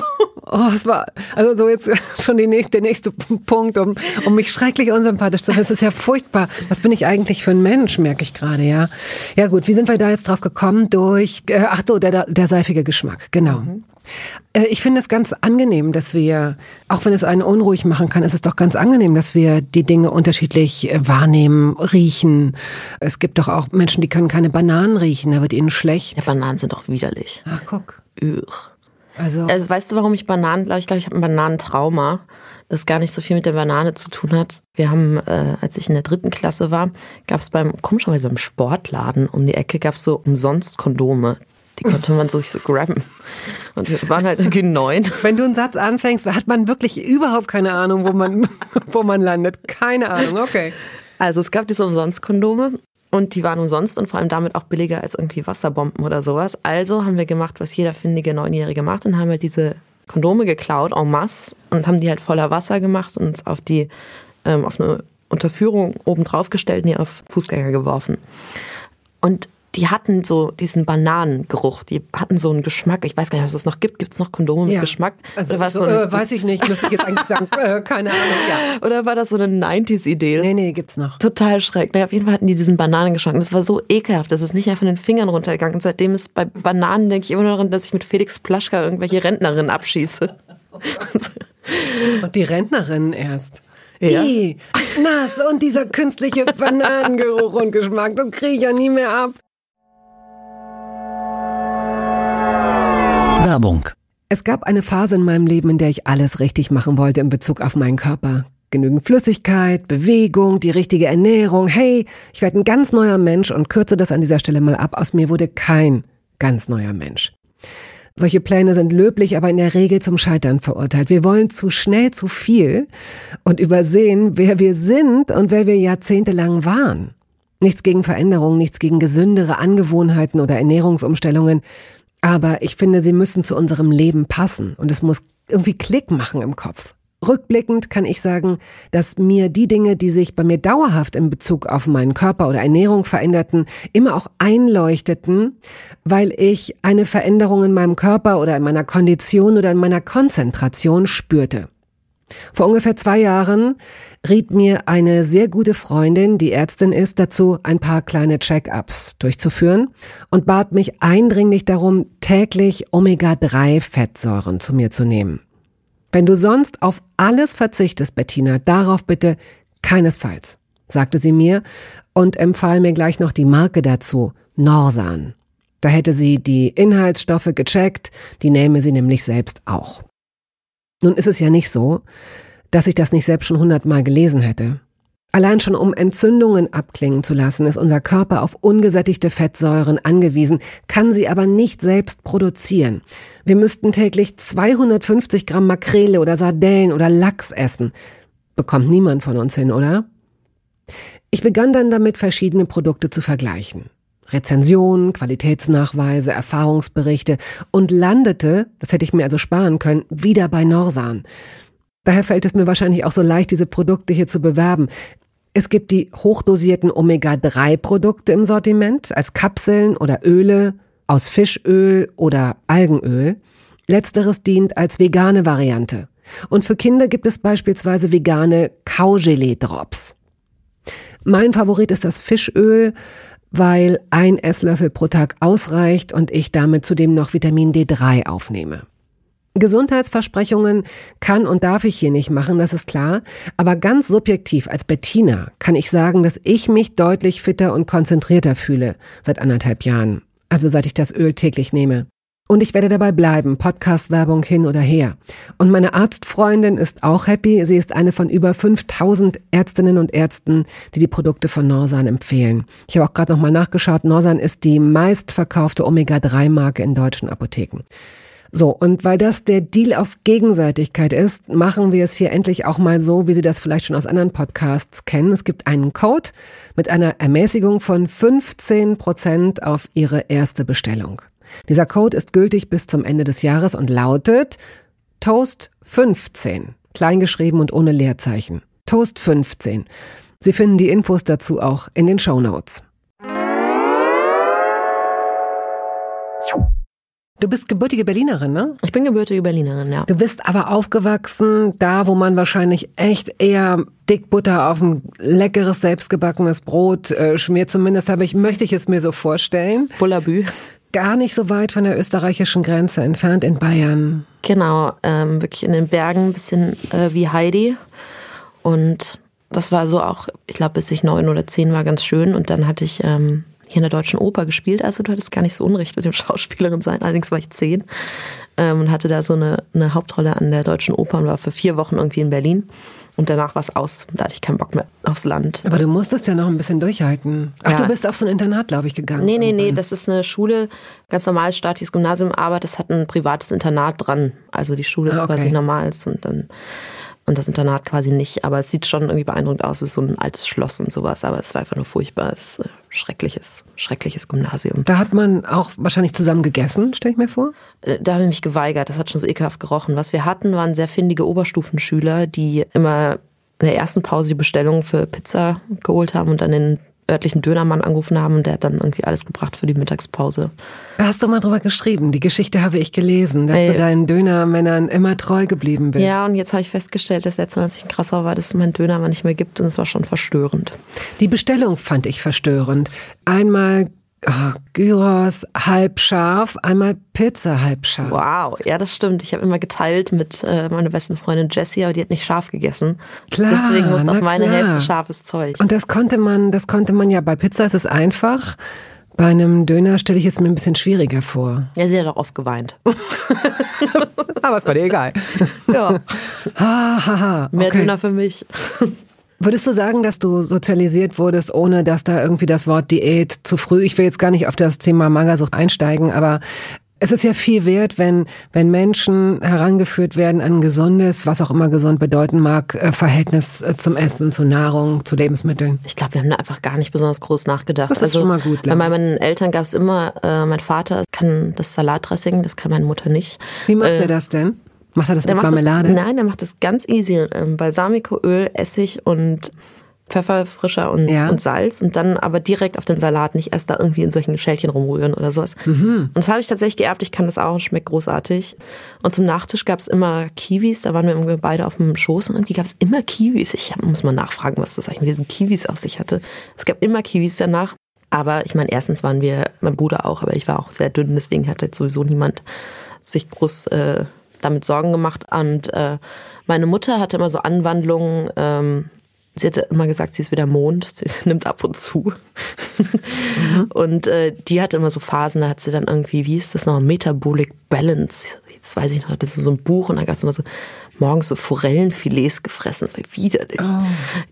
Oh, es war, also so jetzt schon der nächste Punkt, um mich schrecklich unsympathisch zu finden. Das ist ja furchtbar. Was bin ich eigentlich für ein Mensch, merke ich gerade, ja. Ja gut, wie sind wir da jetzt drauf gekommen? Durch, der seifige Geschmack, genau. Ich finde es ganz angenehm, dass wir, auch wenn es einen unruhig machen kann, ist es doch ganz angenehm, dass wir die Dinge unterschiedlich wahrnehmen, riechen. Es gibt doch auch Menschen, die können keine Bananen riechen, da wird ihnen schlecht. Ja, Bananen sind doch widerlich. Ach, guck. Also weißt du, warum ich Bananen, ich glaube, ich habe ein Bananentrauma, das gar nicht so viel mit der Banane zu tun hat. Wir haben, als ich in der 3. Klasse war, gab es komischerweise beim Sportladen um die Ecke, gab es so umsonst Kondome. Die konnte man so grabben. Und wir waren halt irgendwie 9. Wenn du einen Satz anfängst, hat man wirklich überhaupt keine Ahnung, wo man landet. Keine Ahnung, okay. Also es gab diese Umsonst-Kondome und die waren umsonst und vor allem damit auch billiger als irgendwie Wasserbomben oder sowas. Also haben wir gemacht, was jeder findige 9-Jährige macht und haben halt diese Kondome geklaut en masse und haben die halt voller Wasser gemacht und uns auf eine Unterführung oben drauf gestellt und die auf Fußgänger geworfen. Und die hatten so diesen Bananengeruch, die hatten so einen Geschmack. Ich weiß gar nicht, was es noch gibt. Gibt es noch Kondome mit Geschmack? Also weiß ich nicht, müsste ich jetzt eigentlich sagen, keine Ahnung. Ja. Oder war das so eine 90s-Idee? Nee, gibt's noch. Total schreck. Naja, auf jeden Fall hatten die diesen Bananengeschmack. Und das war so ekelhaft, das ist nicht einfach von den Fingern runtergegangen. Und seitdem ist bei Bananen, denke ich immer noch daran, dass ich mit Felix Plaschka irgendwelche Rentnerinnen abschieße. Und die Rentnerinnen erst. Ja. Nass und dieser künstliche Bananengeruch und Geschmack, das kriege ich ja nie mehr ab. Werbung. Es gab eine Phase in meinem Leben, in der ich alles richtig machen wollte in Bezug auf meinen Körper. Genügend Flüssigkeit, Bewegung, die richtige Ernährung. Hey, ich werde ein ganz neuer Mensch und kürze das an dieser Stelle mal ab. Aus mir wurde kein ganz neuer Mensch. Solche Pläne sind löblich, aber in der Regel zum Scheitern verurteilt. Wir wollen zu schnell zu viel und übersehen, wer wir sind und wer wir jahrzehntelang waren. Nichts gegen Veränderungen, nichts gegen gesündere Angewohnheiten oder Ernährungsumstellungen. Aber ich finde, sie müssen zu unserem Leben passen und es muss irgendwie Klick machen im Kopf. Rückblickend kann ich sagen, dass mir die Dinge, die sich bei mir dauerhaft in Bezug auf meinen Körper oder Ernährung veränderten, immer auch einleuchteten, weil ich eine Veränderung in meinem Körper oder in meiner Kondition oder in meiner Konzentration spürte. Vor ungefähr 2 Jahren riet mir eine sehr gute Freundin, die Ärztin ist, dazu, ein paar kleine Check-ups durchzuführen und bat mich eindringlich darum, täglich Omega-3-Fettsäuren zu mir zu nehmen. Wenn du sonst auf alles verzichtest, Bettina, darauf bitte keinesfalls, sagte sie mir und empfahl mir gleich noch die Marke dazu, Norsan. Da hätte sie die Inhaltsstoffe gecheckt, die nähme sie nämlich selbst auch. Nun ist es ja nicht so, dass ich das nicht selbst schon 100-mal gelesen hätte. Allein schon um Entzündungen abklingen zu lassen, ist unser Körper auf ungesättigte Fettsäuren angewiesen, kann sie aber nicht selbst produzieren. Wir müssten täglich 250 Gramm Makrele oder Sardellen oder Lachs essen. Bekommt niemand von uns hin, oder? Ich begann dann damit, verschiedene Produkte zu vergleichen. Rezensionen, Qualitätsnachweise, Erfahrungsberichte und landete, das hätte ich mir also sparen können, wieder bei Norsan. Daher fällt es mir wahrscheinlich auch so leicht, diese Produkte hier zu bewerben. Es gibt die hochdosierten Omega-3-Produkte im Sortiment als Kapseln oder Öle aus Fischöl oder Algenöl. Letzteres dient als vegane Variante. Und für Kinder gibt es beispielsweise vegane Kaugelee-Drops. Mein Favorit ist das Fischöl, weil 1 Esslöffel pro Tag ausreicht und ich damit zudem noch Vitamin D3 aufnehme. Gesundheitsversprechungen kann und darf ich hier nicht machen, das ist klar, aber ganz subjektiv als Bettina kann ich sagen, dass ich mich deutlich fitter und konzentrierter fühle seit 1,5 Jahren, also seit ich das Öl täglich nehme. Und ich werde dabei bleiben, Podcast-Werbung hin oder her. Und meine Arztfreundin ist auch happy, sie ist eine von über 5000 Ärztinnen und Ärzten, die die Produkte von Norsan empfehlen. Ich habe auch gerade nochmal nachgeschaut, Norsan ist die meistverkaufte Omega-3-Marke in deutschen Apotheken. So, und weil das der Deal auf Gegenseitigkeit ist, machen wir es hier endlich auch mal so, wie Sie das vielleicht schon aus anderen Podcasts kennen. Es gibt einen Code mit einer Ermäßigung von 15% auf Ihre erste Bestellung. Dieser Code ist gültig bis zum Ende des Jahres und lautet TOAST15, kleingeschrieben und ohne Leerzeichen. TOAST15. Sie finden die Infos dazu auch in den Shownotes. Du bist gebürtige Berlinerin, ne? Ich bin gebürtige Berlinerin, ja. Du bist aber aufgewachsen, da wo man wahrscheinlich echt eher dick Butter auf ein leckeres, selbstgebackenes Brot schmiert. Zumindest möchte ich es mir so vorstellen. Bullabü. Gar nicht so weit von der österreichischen Grenze entfernt in Bayern. Genau, wirklich in den Bergen, ein bisschen wie Heidi. Und das war so auch, ich glaube, bis ich 9 oder 10 war, ganz schön. Und dann hatte ich hier in der Deutschen Oper gespielt. Also du hattest gar nicht so Unrecht mit dem Schauspielerin sein. Allerdings war ich 10 und hatte da so eine Hauptrolle an der Deutschen Oper und war für 4 Wochen irgendwie in Berlin. Und danach war es aus. Da hatte ich keinen Bock mehr aufs Land. Aber du musstest ja noch ein bisschen durchhalten. Ach, ja. Du bist auf so ein Internat, glaube ich, gegangen. Nee, das ist eine Schule, ganz normales staatliches Gymnasium, aber das hat ein privates Internat dran. Also die Schule ist quasi normal und das Internat quasi nicht. Aber es sieht schon irgendwie beeindruckend aus. Es ist so ein altes Schloss und sowas, aber es war einfach nur furchtbar. Es ist schreckliches Gymnasium. Da hat man auch wahrscheinlich zusammen gegessen, stelle ich mir vor? Da habe ich mich geweigert. Das hat schon so ekelhaft gerochen. Was wir hatten, waren sehr findige Oberstufenschüler, die immer in der ersten Pause die Bestellung für Pizza geholt haben und dann den örtlichen Dönermann angerufen haben und der hat dann irgendwie alles gebracht für die Mittagspause. Da hast du mal drüber geschrieben. Die Geschichte habe ich gelesen, dass du deinen Dönermännern immer treu geblieben bist. Ja, und jetzt habe ich festgestellt, dass letztes Mal, als ich in Krassau war, dass es meinen Dönermann nicht mehr gibt und es war schon verstörend. Die Bestellung fand ich verstörend. Einmal Gyros halb scharf, einmal Pizza halb scharf. Wow, ja, das stimmt. Ich habe immer geteilt mit meiner besten Freundin Jessie, aber die hat nicht scharf gegessen. Klar, deswegen muss auch meine Hälfte scharfes Zeug. Und das konnte man ja, bei Pizza ist es einfach. Bei einem Döner stelle ich es mir ein bisschen schwieriger vor. Ja, sie hat auch oft geweint. Aber es war dir egal. Ja. Mehr okay. Döner für mich. Würdest du sagen, dass du sozialisiert wurdest, ohne dass da irgendwie das Wort Diät zu früh, ich will jetzt gar nicht auf das Thema Magersucht einsteigen, aber es ist ja viel wert, wenn Menschen herangeführt werden an ein gesundes, was auch immer gesund bedeuten mag, Verhältnis zum Essen, zu Nahrung, zu Lebensmitteln. Ich glaube, wir haben da einfach gar nicht besonders groß nachgedacht. Das ist schon mal gut. Bei meinen Eltern gab es immer, mein Vater kann das Salatdressing, das kann meine Mutter nicht. Wie macht er das denn? Macht er das mit Marmelade? Nein, der macht das ganz easy. Balsamico, Öl, Essig und Pfeffer, frischer und Salz und dann aber direkt auf den Salat, nicht erst da irgendwie in solchen Schälchen rumrühren oder sowas. Und das habe ich tatsächlich geerbt, ich kann das auch, schmeckt großartig. Und zum Nachtisch gab es immer Kiwis, da waren wir irgendwie beide auf dem Schoß und irgendwie gab es immer Kiwis. Ich muss mal nachfragen, was das eigentlich mit diesen Kiwis auf sich hatte. Es gab immer Kiwis danach. Aber ich meine, erstens waren wir, mein Bruder auch, aber ich war auch sehr dünn, deswegen hat jetzt sowieso niemand sich groß damit Sorgen gemacht. Und meine Mutter hatte immer so Anwandlungen, sie hatte immer gesagt, sie ist wie der Mond, sie nimmt ab und zu. Und die hatte immer so Phasen, da hat sie dann irgendwie, wie hieß das noch, Metabolic Balance, das weiß ich noch, hatte so ein Buch und da gab es immer so morgens so Forellenfilets gefressen, das war widerlich. Oh. Ja,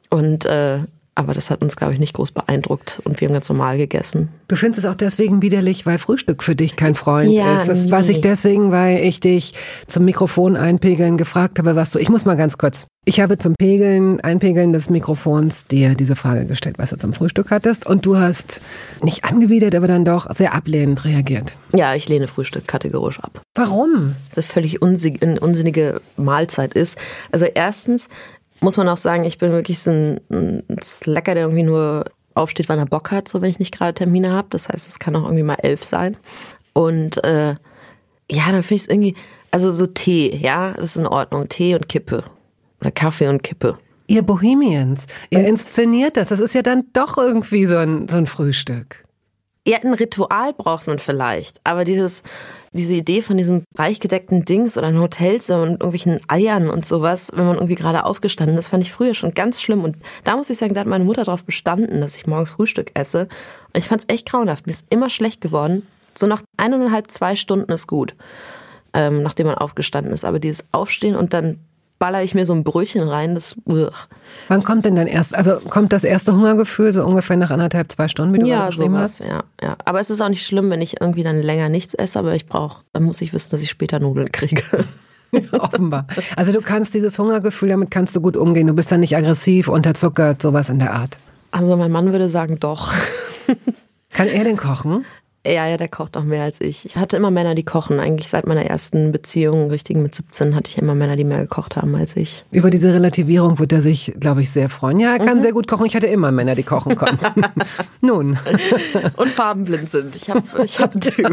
Und aber das hat uns, glaube ich, nicht groß beeindruckt und wir haben ganz normal gegessen. Du findest es auch deswegen widerlich, weil Frühstück für dich kein Freund ist. Das nee. weiß ich deswegen, weil ich dich zum Mikrofon einpegeln gefragt habe, ich muss mal ganz kurz. Ich habe zum Einpegeln des Mikrofons dir diese Frage gestellt, was du zum Frühstück hattest. Und du hast nicht angewidert, aber dann doch sehr ablehnend reagiert. Ja, ich lehne Frühstück kategorisch ab. Warum? Dass es völlig unsinnige Mahlzeit ist. Also erstens muss man auch sagen, ich bin wirklich so ein Slacker, der irgendwie nur aufsteht, wann er Bock hat, so wenn ich nicht gerade Termine habe. Das heißt, es kann auch irgendwie mal 11 sein. Und dann finde ich es irgendwie, also so Tee, ja, das ist in Ordnung. Tee und Kippe. Oder Kaffee und Kippe. Ihr Bohemians, ihr inszeniert das. Das ist ja dann doch irgendwie so ein Frühstück. Ja, ein Ritual braucht man vielleicht. Aber diese Idee von diesem reich gedeckten Dings oder in Hotels und irgendwelchen Eiern und sowas, wenn man irgendwie gerade aufgestanden ist, fand ich früher schon ganz schlimm. Und da muss ich sagen, da hat meine Mutter darauf bestanden, dass ich morgens Frühstück esse. Und ich fand es echt grauenhaft. Mir ist immer schlecht geworden. So nach 1,5, 2 Stunden ist gut, nachdem man aufgestanden ist. Aber dieses Aufstehen und dann baller ich mir so ein Brötchen rein, das. Wann kommt denn dann kommt das erste Hungergefühl so ungefähr nach 1,5, 2 Stunden, wie du gerade beschrieben hast? Ja. Aber es ist auch nicht schlimm, wenn ich irgendwie dann länger nichts esse, aber dann muss ich wissen, dass ich später Nudeln kriege. Offenbar. Also du kannst dieses Hungergefühl, damit kannst du gut umgehen. Du bist dann nicht aggressiv, unterzuckert, sowas in der Art. Also mein Mann würde sagen, doch. Kann er denn kochen? Ja, der kocht noch mehr als ich. Ich hatte immer Männer, die kochen. Eigentlich seit meiner ersten Beziehung, richtig mit 17, hatte ich immer Männer, die mehr gekocht haben als ich. Über diese Relativierung wird er sich, glaube ich, sehr freuen. Ja, er kann sehr gut kochen. Ich hatte immer Männer, die kochen konnten. Nun. Und farbenblind sind. Ich hab einen Typ.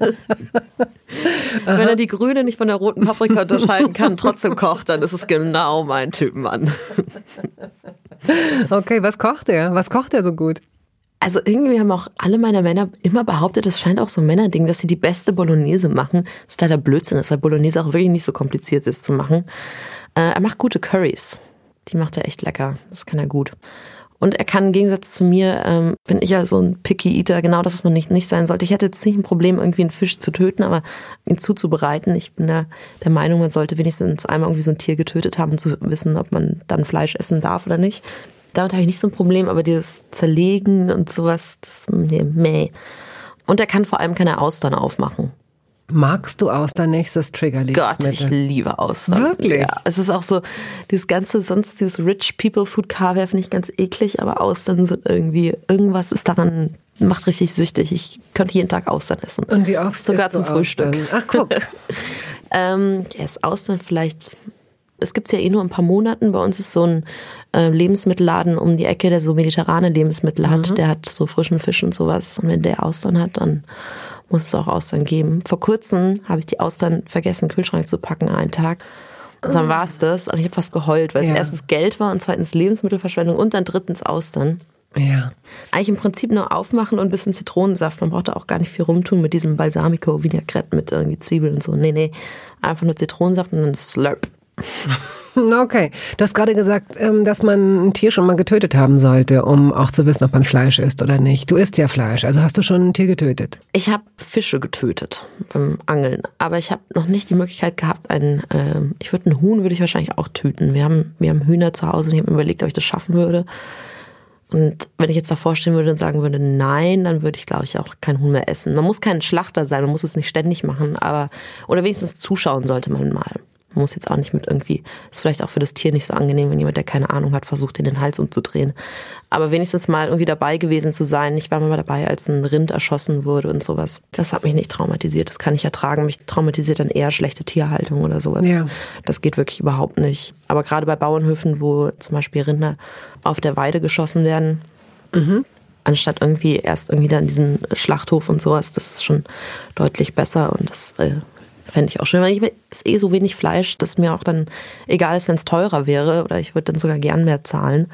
Wenn er die grüne nicht von der roten Paprika unterscheiden kann, trotzdem kocht, dann ist es genau mein Typ Mann. Okay, was kocht er? Was kocht er so gut? Also irgendwie haben auch alle meiner Männer immer behauptet, das scheint auch so ein Männerding, dass sie die beste Bolognese machen. Das ist totaler Blödsinn ist, weil Bolognese auch wirklich nicht so kompliziert ist zu machen. Er macht gute Currys. Die macht er echt lecker. Das kann er gut. Und er kann im Gegensatz zu mir, bin ich ja so ein Picky Eater, genau das, was man nicht sein sollte. Ich hätte jetzt nicht ein Problem, irgendwie einen Fisch zu töten, aber ihn zuzubereiten. Ich bin der Meinung, man sollte wenigstens einmal irgendwie so ein Tier getötet haben, um zu wissen, ob man dann Fleisch essen darf oder nicht. Damit habe ich nicht so ein Problem, aber dieses Zerlegen und sowas, nee. Und er kann vor allem keine Austern aufmachen. Magst du Austern nicht, das Trigger-Lebensmittel? Gott, ich liebe Austern. Wirklich? Ja, es ist auch so, dieses Rich People Food Kaviar finde ich ganz eklig, aber Austern sind irgendwas ist daran, macht richtig süchtig. Ich könnte jeden Tag Austern essen. Und wie oft? Sogar zum Frühstück. Ach, guck. Ist Austern vielleicht, es gibt's ja nur ein paar Monaten. Bei uns ist so ein Lebensmittelladen um die Ecke, der so mediterrane Lebensmittel hat. Der hat so frischen Fisch und sowas. Und wenn der Austern hat, dann muss es auch Austern geben. Vor kurzem habe ich die Austern vergessen, in den Kühlschrank zu packen, einen Tag. Und dann war es das. Und ich habe fast geheult, weil es erstens Geld war und zweitens Lebensmittelverschwendung und dann drittens Austern. Ja. Eigentlich im Prinzip nur aufmachen und ein bisschen Zitronensaft. Man braucht da auch gar nicht viel rumtun mit diesem Balsamico, Vinaigrette mit irgendwie Zwiebeln und so. Nee. Einfach nur Zitronensaft und dann Slurp. Okay. Du hast gerade gesagt, dass man ein Tier schon mal getötet haben sollte, um auch zu wissen, ob man Fleisch isst oder nicht. Du isst ja Fleisch, also hast du schon ein Tier getötet? Ich habe Fische getötet beim Angeln, aber ich habe noch nicht die Möglichkeit gehabt, ein Huhn würde ich wahrscheinlich auch töten. Wir haben Hühner zu Hause und ich habe mir überlegt, ob ich das schaffen würde. Und wenn ich jetzt davor stehen würde und sagen würde, nein, dann würde ich, glaube ich, auch kein Huhn mehr essen. Man muss kein Schlachter sein, man muss es nicht ständig machen, oder wenigstens zuschauen sollte man mal. Man muss jetzt auch nicht mit irgendwie, ist vielleicht auch für das Tier nicht so angenehm, wenn jemand, der keine Ahnung hat, versucht, den Hals umzudrehen. Aber wenigstens mal irgendwie dabei gewesen zu sein. Ich war mal dabei, als ein Rind erschossen wurde und sowas. Das hat mich nicht traumatisiert, das kann ich ertragen. Mich traumatisiert dann eher schlechte Tierhaltung oder sowas. Ja. Das geht wirklich überhaupt nicht. Aber gerade bei Bauernhöfen, wo zum Beispiel Rinder auf der Weide geschossen werden, anstatt irgendwie erst irgendwie dann diesen Schlachthof und sowas, das ist schon deutlich besser und das fände ich auch schön, weil ich esse so wenig Fleisch, dass mir auch dann egal ist, wenn es teurer wäre oder ich würde dann sogar gern mehr zahlen.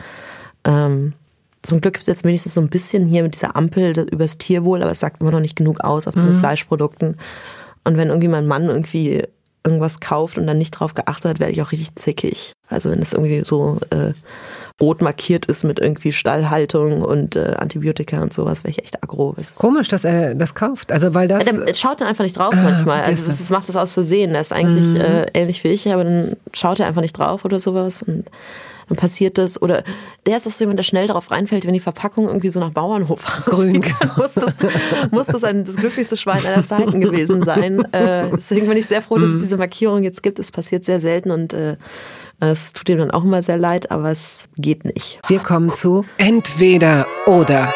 Zum Glück gibt es jetzt wenigstens so ein bisschen hier mit dieser Ampel übers Tierwohl, aber es sagt immer noch nicht genug aus auf diesen Fleischprodukten. Und wenn irgendwie mein Mann irgendwie irgendwas kauft und dann nicht drauf geachtet hat, werde ich auch richtig zickig. Also wenn es irgendwie so rot markiert ist mit irgendwie Stallhaltung und Antibiotika und sowas, wäre ich echt aggro. Komisch, dass er das kauft. Also weil das. Er schaut dann einfach nicht drauf manchmal. Also das macht das aus Versehen. Er ist eigentlich ähnlich wie ich, aber dann schaut er einfach nicht drauf oder sowas und dann passiert das. Oder der ist auch so jemand, der schnell darauf reinfällt, wenn die Verpackung irgendwie so nach Bauernhof grün muss das das glücklichste Schwein aller Zeiten gewesen sein. Deswegen bin ich sehr froh, dass es diese Markierung jetzt gibt. Es passiert sehr selten und es tut ihm dann auch immer sehr leid, aber es geht nicht. Wir kommen zu entweder oder.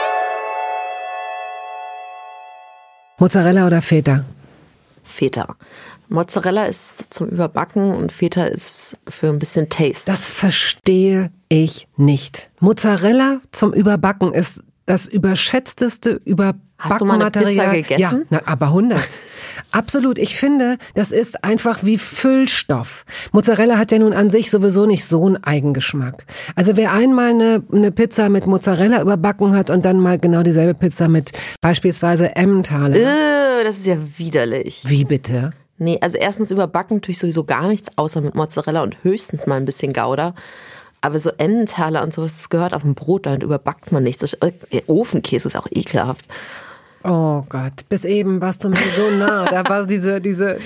Mozzarella oder Feta? Feta. Mozzarella ist zum Überbacken und Feta ist für ein bisschen Taste. Das verstehe ich nicht. Mozzarella zum Überbacken ist das überschätzteste Überbackenmaterial. Hast du mal eine Pizza gegessen? Ja, aber 100. Absolut. Ich finde, das ist einfach wie Füllstoff. Mozzarella hat ja nun an sich sowieso nicht so einen Eigengeschmack. Also wer einmal eine Pizza mit Mozzarella überbacken hat und dann mal genau dieselbe Pizza mit beispielsweise Emmentaler. Das ist ja widerlich. Wie bitte? Nee, also erstens überbacken tue ich sowieso gar nichts, außer mit Mozzarella und höchstens mal ein bisschen Gouda. Aber so Emmentaler und sowas, das gehört auf dem Brot, damit überbackt man nichts. Ofenkäse ist auch ekelhaft. Oh Gott, bis eben warst du mir so nah. Da war dieses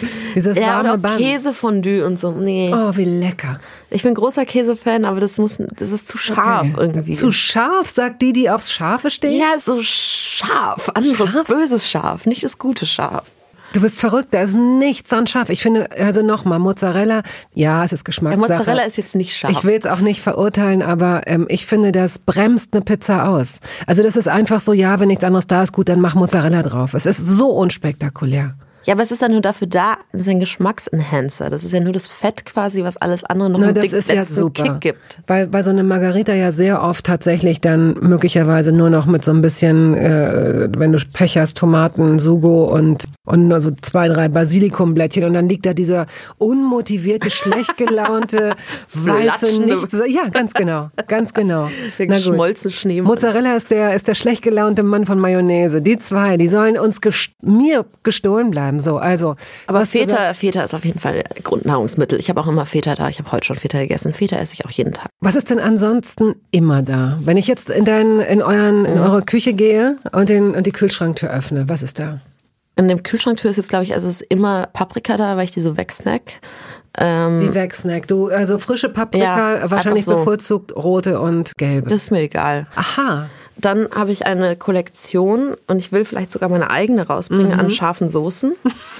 warme Band. Käsefondue und so. Nee. Oh, wie lecker. Ich bin großer Käsefan, aber das ist zu scharf irgendwie. Zu scharf, sagt die aufs Scharfe stehen? Ja, so scharf. Anderes scharf? Böses Scharf, nicht das gute Scharf. Du bist verrückt, da ist nichts dran scharf. Ich finde, also nochmal, Mozzarella, ja, es ist Geschmackssache. Ja, Mozzarella ist jetzt nicht scharf. Ich will es auch nicht verurteilen, aber ich finde, das bremst eine Pizza aus. Also das ist einfach so, ja, wenn nichts anderes da ist, gut, dann mach Mozzarella drauf. Es ist so unspektakulär. Ja, aber es ist ja nur dafür da, das ist ein Geschmacksenhancer. Das ist ja nur das Fett quasi, was alles andere noch einen letzten Kick gibt. Weil so eine Margarita ja sehr oft tatsächlich dann möglicherweise nur noch mit so ein bisschen, wenn du Pech hast, Tomaten, Sugo und nur so 2, 3 Basilikumblättchen und dann liegt da dieser unmotivierte, schlecht gelaunte, weiße Nichts. Ja, ganz genau. Der geschmolzene Schnee. Mozzarella ist der schlecht gelaunte Mann von Mayonnaise. Die zwei, die sollen uns mir gestohlen bleiben. So, also. Aber Feta ist auf jeden Fall Grundnahrungsmittel. Ich habe auch immer Feta da. Ich habe heute schon Feta gegessen. Feta esse ich auch jeden Tag. Was ist denn ansonsten immer da? Wenn ich jetzt in eure Küche gehe und die Kühlschranktür öffne, was ist da? In dem Kühlschranktür ist jetzt, glaube ich, also es ist immer Paprika da, weil ich die so wegsnack. Wie wegsnack? Du, also frische Paprika, ja, wahrscheinlich so. Bevorzugt rote und gelbe. Das ist mir egal. Aha. Dann habe ich eine Kollektion und ich will vielleicht sogar meine eigene rausbringen an scharfen Soßen.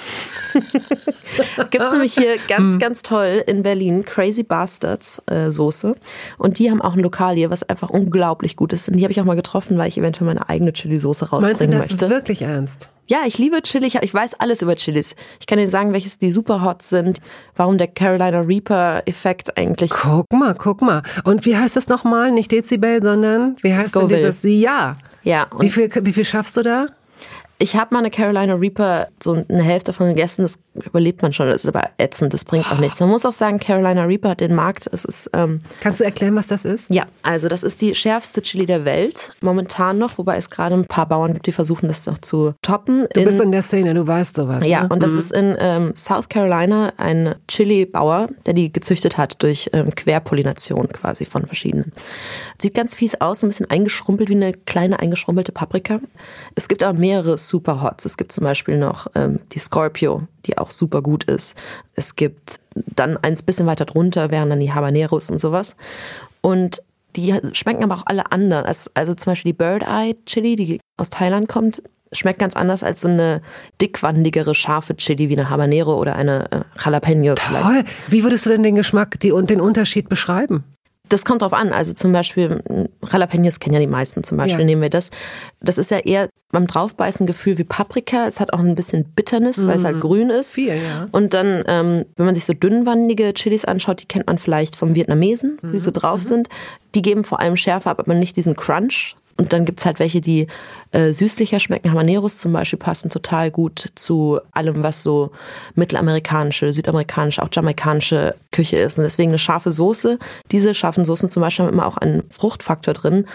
Gibt's nämlich hier ganz toll in Berlin Crazy Bastards Soße und die haben auch ein Lokal hier, was einfach unglaublich gut ist. Und die habe ich auch mal getroffen, weil ich eventuell meine eigene Chili-Soße rausbringen möchte. Meinst du das wirklich ernst? Ja, ich liebe Chili. Ich weiß alles über Chilis. Ich kann dir sagen, welches die super hot sind, warum der Carolina Reaper-Effekt eigentlich. Guck mal. Und wie heißt das nochmal? Nicht Dezibel, sondern wie heißt denn dieses? Ja. Ja. Und wie viel schaffst du da? Ich habe mal eine Carolina Reaper, so eine Hälfte davon gegessen, das überlebt man schon, das ist aber ätzend, das bringt auch nichts. Man muss auch sagen, Carolina Reaper hat den Markt, es ist... Kannst du erklären, was das ist? Ja, also das ist die schärfste Chili der Welt, momentan noch, wobei es gerade ein paar Bauern gibt, die versuchen, das noch zu toppen. Du bist in der Szene, du weißt sowas. Ja, ne? Und das ist in South Carolina ein Chili-Bauer, der die gezüchtet hat durch Querpollination quasi von verschiedenen. Sieht ganz fies aus, ein bisschen eingeschrumpelt, wie eine kleine eingeschrumpelte Paprika. Es gibt aber mehrere Super Hots. Es gibt zum Beispiel noch die Scorpio, die auch super gut ist. Es gibt dann eins bisschen weiter drunter, wären dann die Habaneros und sowas. Und die schmecken aber auch alle anderen. Also zum Beispiel die Bird Eye Chili, die aus Thailand kommt, schmeckt ganz anders als so eine dickwandigere, scharfe Chili wie eine Habanero oder eine Jalapeno. Toll. Vielleicht. Wie würdest du denn den Geschmack und den Unterschied beschreiben? Das kommt drauf an. Also zum Beispiel, Jalapenos kennen ja die meisten zum Beispiel, nehmen wir das. Das ist ja eher beim Draufbeißen Gefühl wie Paprika. Es hat auch ein bisschen Bitterness, weil es halt grün ist. Viel, ja. Und dann, wenn man sich so dünnwandige Chilis anschaut, die kennt man vielleicht vom Vietnamesen, die so drauf sind. Die geben vor allem Schärfe ab, aber nicht diesen Crunch. Und dann gibt's halt welche, die süßlicher schmecken. Habaneros zum Beispiel passen total gut zu allem, was so mittelamerikanische, südamerikanische, auch jamaikanische Küche ist. Und deswegen eine scharfe Soße. Diese scharfen Soßen zum Beispiel haben immer auch einen Fruchtfaktor drin.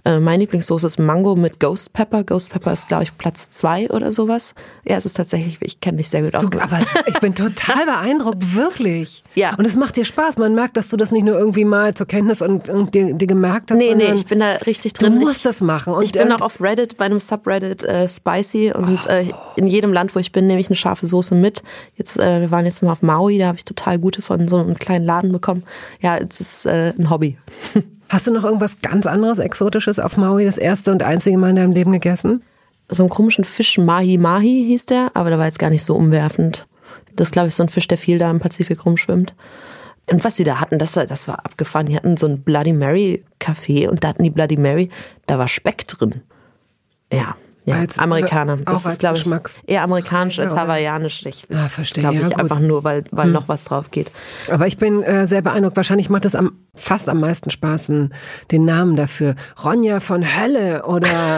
Meine Lieblingssoße ist Mango mit Ghost Pepper. Ghost Pepper ist, glaube ich, Platz 2 oder sowas. Ja, es ist tatsächlich, ich kenne dich sehr gut aus. Aber ich bin total beeindruckt, wirklich. Ja. Und es macht dir Spaß. Man merkt, dass du das nicht nur irgendwie mal zur Kenntnis und dir gemerkt hast. Nee, ich bin da richtig drin. Du musst das machen. Und ich bin auch auf Reddit, bei einem Subreddit Spicy und in jedem Land, wo ich bin, nehme ich eine scharfe Soße mit. Wir waren jetzt mal auf Maui, da habe ich total gute von so einem kleinen Laden bekommen. Ja, es ist ein Hobby. Hast du noch irgendwas ganz anderes, Exotisches auf Maui, das erste und einzige Mal in deinem Leben gegessen? So einen komischen Fisch, Mahi hieß der, aber der war jetzt gar nicht so umwerfend. Das ist, glaube ich, so ein Fisch, der viel da im Pazifik rumschwimmt. Und was die da hatten, das war abgefahren. Die hatten so ein Bloody Mary Café und da hatten die Bloody Mary, da war Speck drin. Ja. Ja, als Amerikaner. Das ist, glaube ich, eher amerikanisch als hawaiianisch. Ich verstehe. Glaube ich, einfach nur, weil noch was drauf geht. Aber ich bin sehr beeindruckt. Wahrscheinlich macht es fast am meisten Spaß, den Namen dafür. Ronja von Hölle oder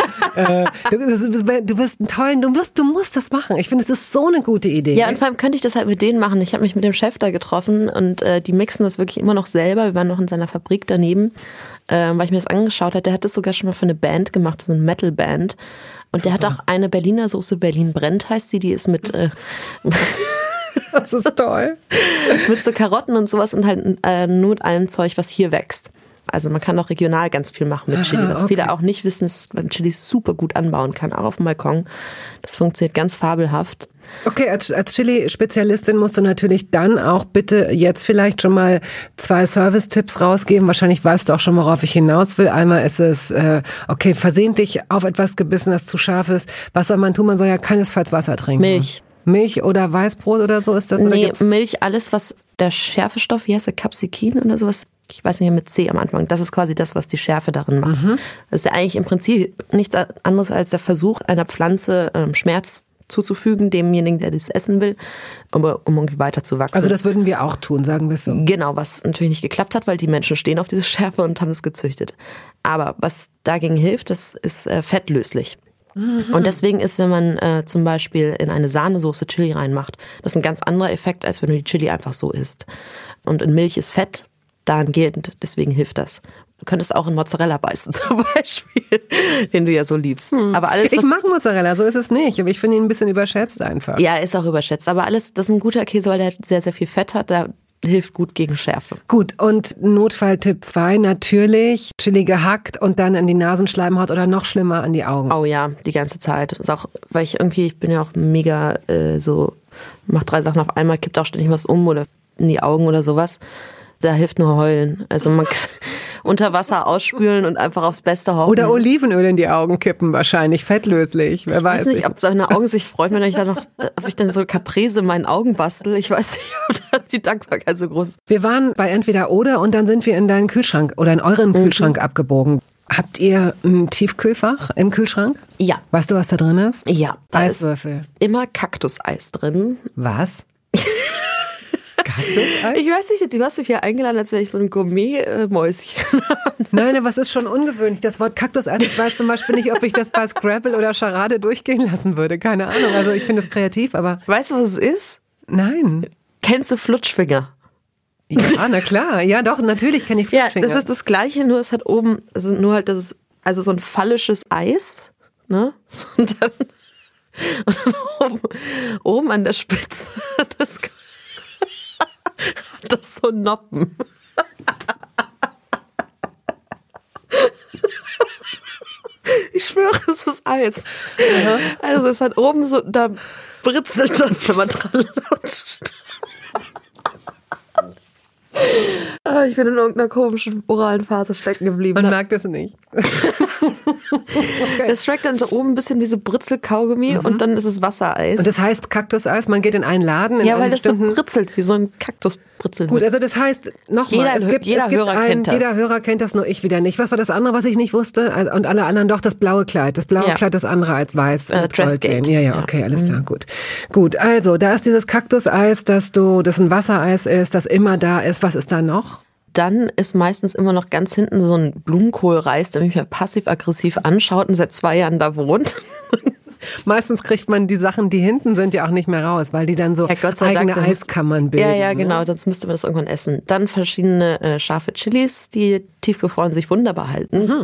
du bist ein tollen, du musst das machen. Ich finde, es ist so eine gute Idee. Ja, und vor allem könnte ich das halt mit denen machen. Ich habe mich mit dem Chef da getroffen und die mixen das wirklich immer noch selber. Wir waren noch in seiner Fabrik daneben, weil ich mir das angeschaut habe. Der hat das sogar schon mal für eine Band gemacht, so eine Metal-Band. Und der hat auch eine Berliner Soße, Berlin brennt heißt die ist mit das ist toll. Mit so Karotten und sowas und halt nur mit allem Zeug, was hier wächst. Also man kann auch regional ganz viel machen mit Chili. Was viele auch nicht wissen, ist, dass man Chili super gut anbauen kann, auch auf dem Balkon. Das funktioniert ganz fabelhaft. Okay, als Chili-Spezialistin musst du natürlich dann auch bitte jetzt vielleicht schon mal 2 Service-Tipps rausgeben. Wahrscheinlich weißt du auch schon, worauf ich hinaus will. Einmal ist es, versehentlich auf etwas gebissen, das zu scharf ist. Was soll man tun? Man soll ja keinesfalls Wasser trinken. Milch oder Weißbrot oder so ist das? Nee, Milch, alles was der Schärfestoff, wie heißt der, Capsicin oder sowas? Ich weiß nicht, mit C am Anfang. Das ist quasi das, was die Schärfe darin macht. Das ist ja eigentlich im Prinzip nichts anderes als der Versuch einer Pflanze Schmerz zuzufügen, demjenigen, der das essen will, um irgendwie weiter zu wachsen. Also das würden wir auch tun, sagen wir es so. Genau, was natürlich nicht geklappt hat, weil die Menschen stehen auf diese Schärfe und haben es gezüchtet. Aber was dagegen hilft, das ist fettlöslich. Und deswegen ist, wenn man zum Beispiel in eine Sahnesoße Chili reinmacht, das ist ein ganz anderer Effekt, als wenn du die Chili einfach so isst. Und in Milch ist Fett dahingehend, deswegen hilft das. Du könntest auch in Mozzarella beißen zum Beispiel, den du ja so liebst. Aber alles, ich mag Mozzarella, so ist es nicht. Aber ich finde ihn ein bisschen überschätzt einfach. Ja, ist auch überschätzt. Aber alles, das ist ein guter Käse, weil der sehr, sehr viel Fett hat. Da hilft gut gegen Schärfe. Gut, und Notfalltipp 2, natürlich Chili gehackt und dann in die Nasenschleimhaut oder noch schlimmer an die Augen. Oh ja, die ganze Zeit. Das ist auch, weil ich bin ja auch mega mach 3 Sachen auf einmal, kippt auch ständig was um oder in die Augen oder sowas. Da hilft nur heulen. Also man unter Wasser ausspülen und einfach aufs Beste hoffen. Oder Olivenöl in die Augen kippen, wahrscheinlich fettlöslich. Wer weiß. Ich weiß nicht, ob seine Augen sich freuen, wenn ob ich dann so Caprese in meinen Augen bastel. Ich weiß nicht, ob da die Dankbarkeit so groß ist. Wir waren bei entweder oder und dann sind wir in deinen Kühlschrank oder in euren Kühlschrank abgebogen. Habt ihr ein Tiefkühlfach im Kühlschrank? Ja. Weißt du, was da drin ist? Ja. Eiswürfel. Ist immer Kaktuseis drin. Was? Kaktuseis? Ich weiß nicht, du hast mich hier eingeladen, als wäre ich so ein Gourmet-Mäuschen. Nein, aber es ist schon ungewöhnlich. Das Wort Kaktuseis, ich weiß zum Beispiel nicht, ob ich das bei Scrabble oder Charade durchgehen lassen würde. Keine Ahnung. Also ich finde es kreativ, aber... Weißt du, was es ist? Nein. Kennst du Flutschfinger? Ja, na klar. Ja, doch, natürlich kenne ich Flutschfinger. Ja, das ist das Gleiche, nur es hat oben, das ist also so ein fallisches Eis, ne? Und dann oben an der Spitze das ist so Noppen. Ich schwöre, es ist Eis. Ja. Also es hat oben so, da britzelt das, wenn man dran lutscht. Ich bin in irgendeiner komischen oralen Phase stecken geblieben. Man mag das nicht. Okay. Das schmeckt dann so oben ein bisschen wie so Britzel-Kaugummi und dann ist es Wassereis. Und das heißt Kaktuseis, man geht in einen Laden. Ja, weil das so britzelt, wie so ein Kaktusbritzel. Gut, also das heißt, nochmal, jeder Hörer kennt das, nur ich wieder nicht. Was war das andere, was ich nicht wusste? Und alle anderen doch, das blaue Kleid. Das blaue Kleid, das andere als weiß. Dressgate. Ja, okay, alles klar, gut. Gut, also da ist dieses Kaktuseis, das ein Wassereis ist, das immer da ist. Was ist da noch? Dann ist meistens immer noch ganz hinten so ein Blumenkohlreis, der mich mir passiv-aggressiv anschaut und seit 2 Jahren da wohnt. Meistens kriegt man die Sachen, die hinten sind, ja auch nicht mehr raus, weil die dann so eigene Eiskammern bilden. Ja, genau, sonst müsste man das irgendwann essen. Dann verschiedene scharfe Chilis, die tiefgefroren sich wunderbar halten.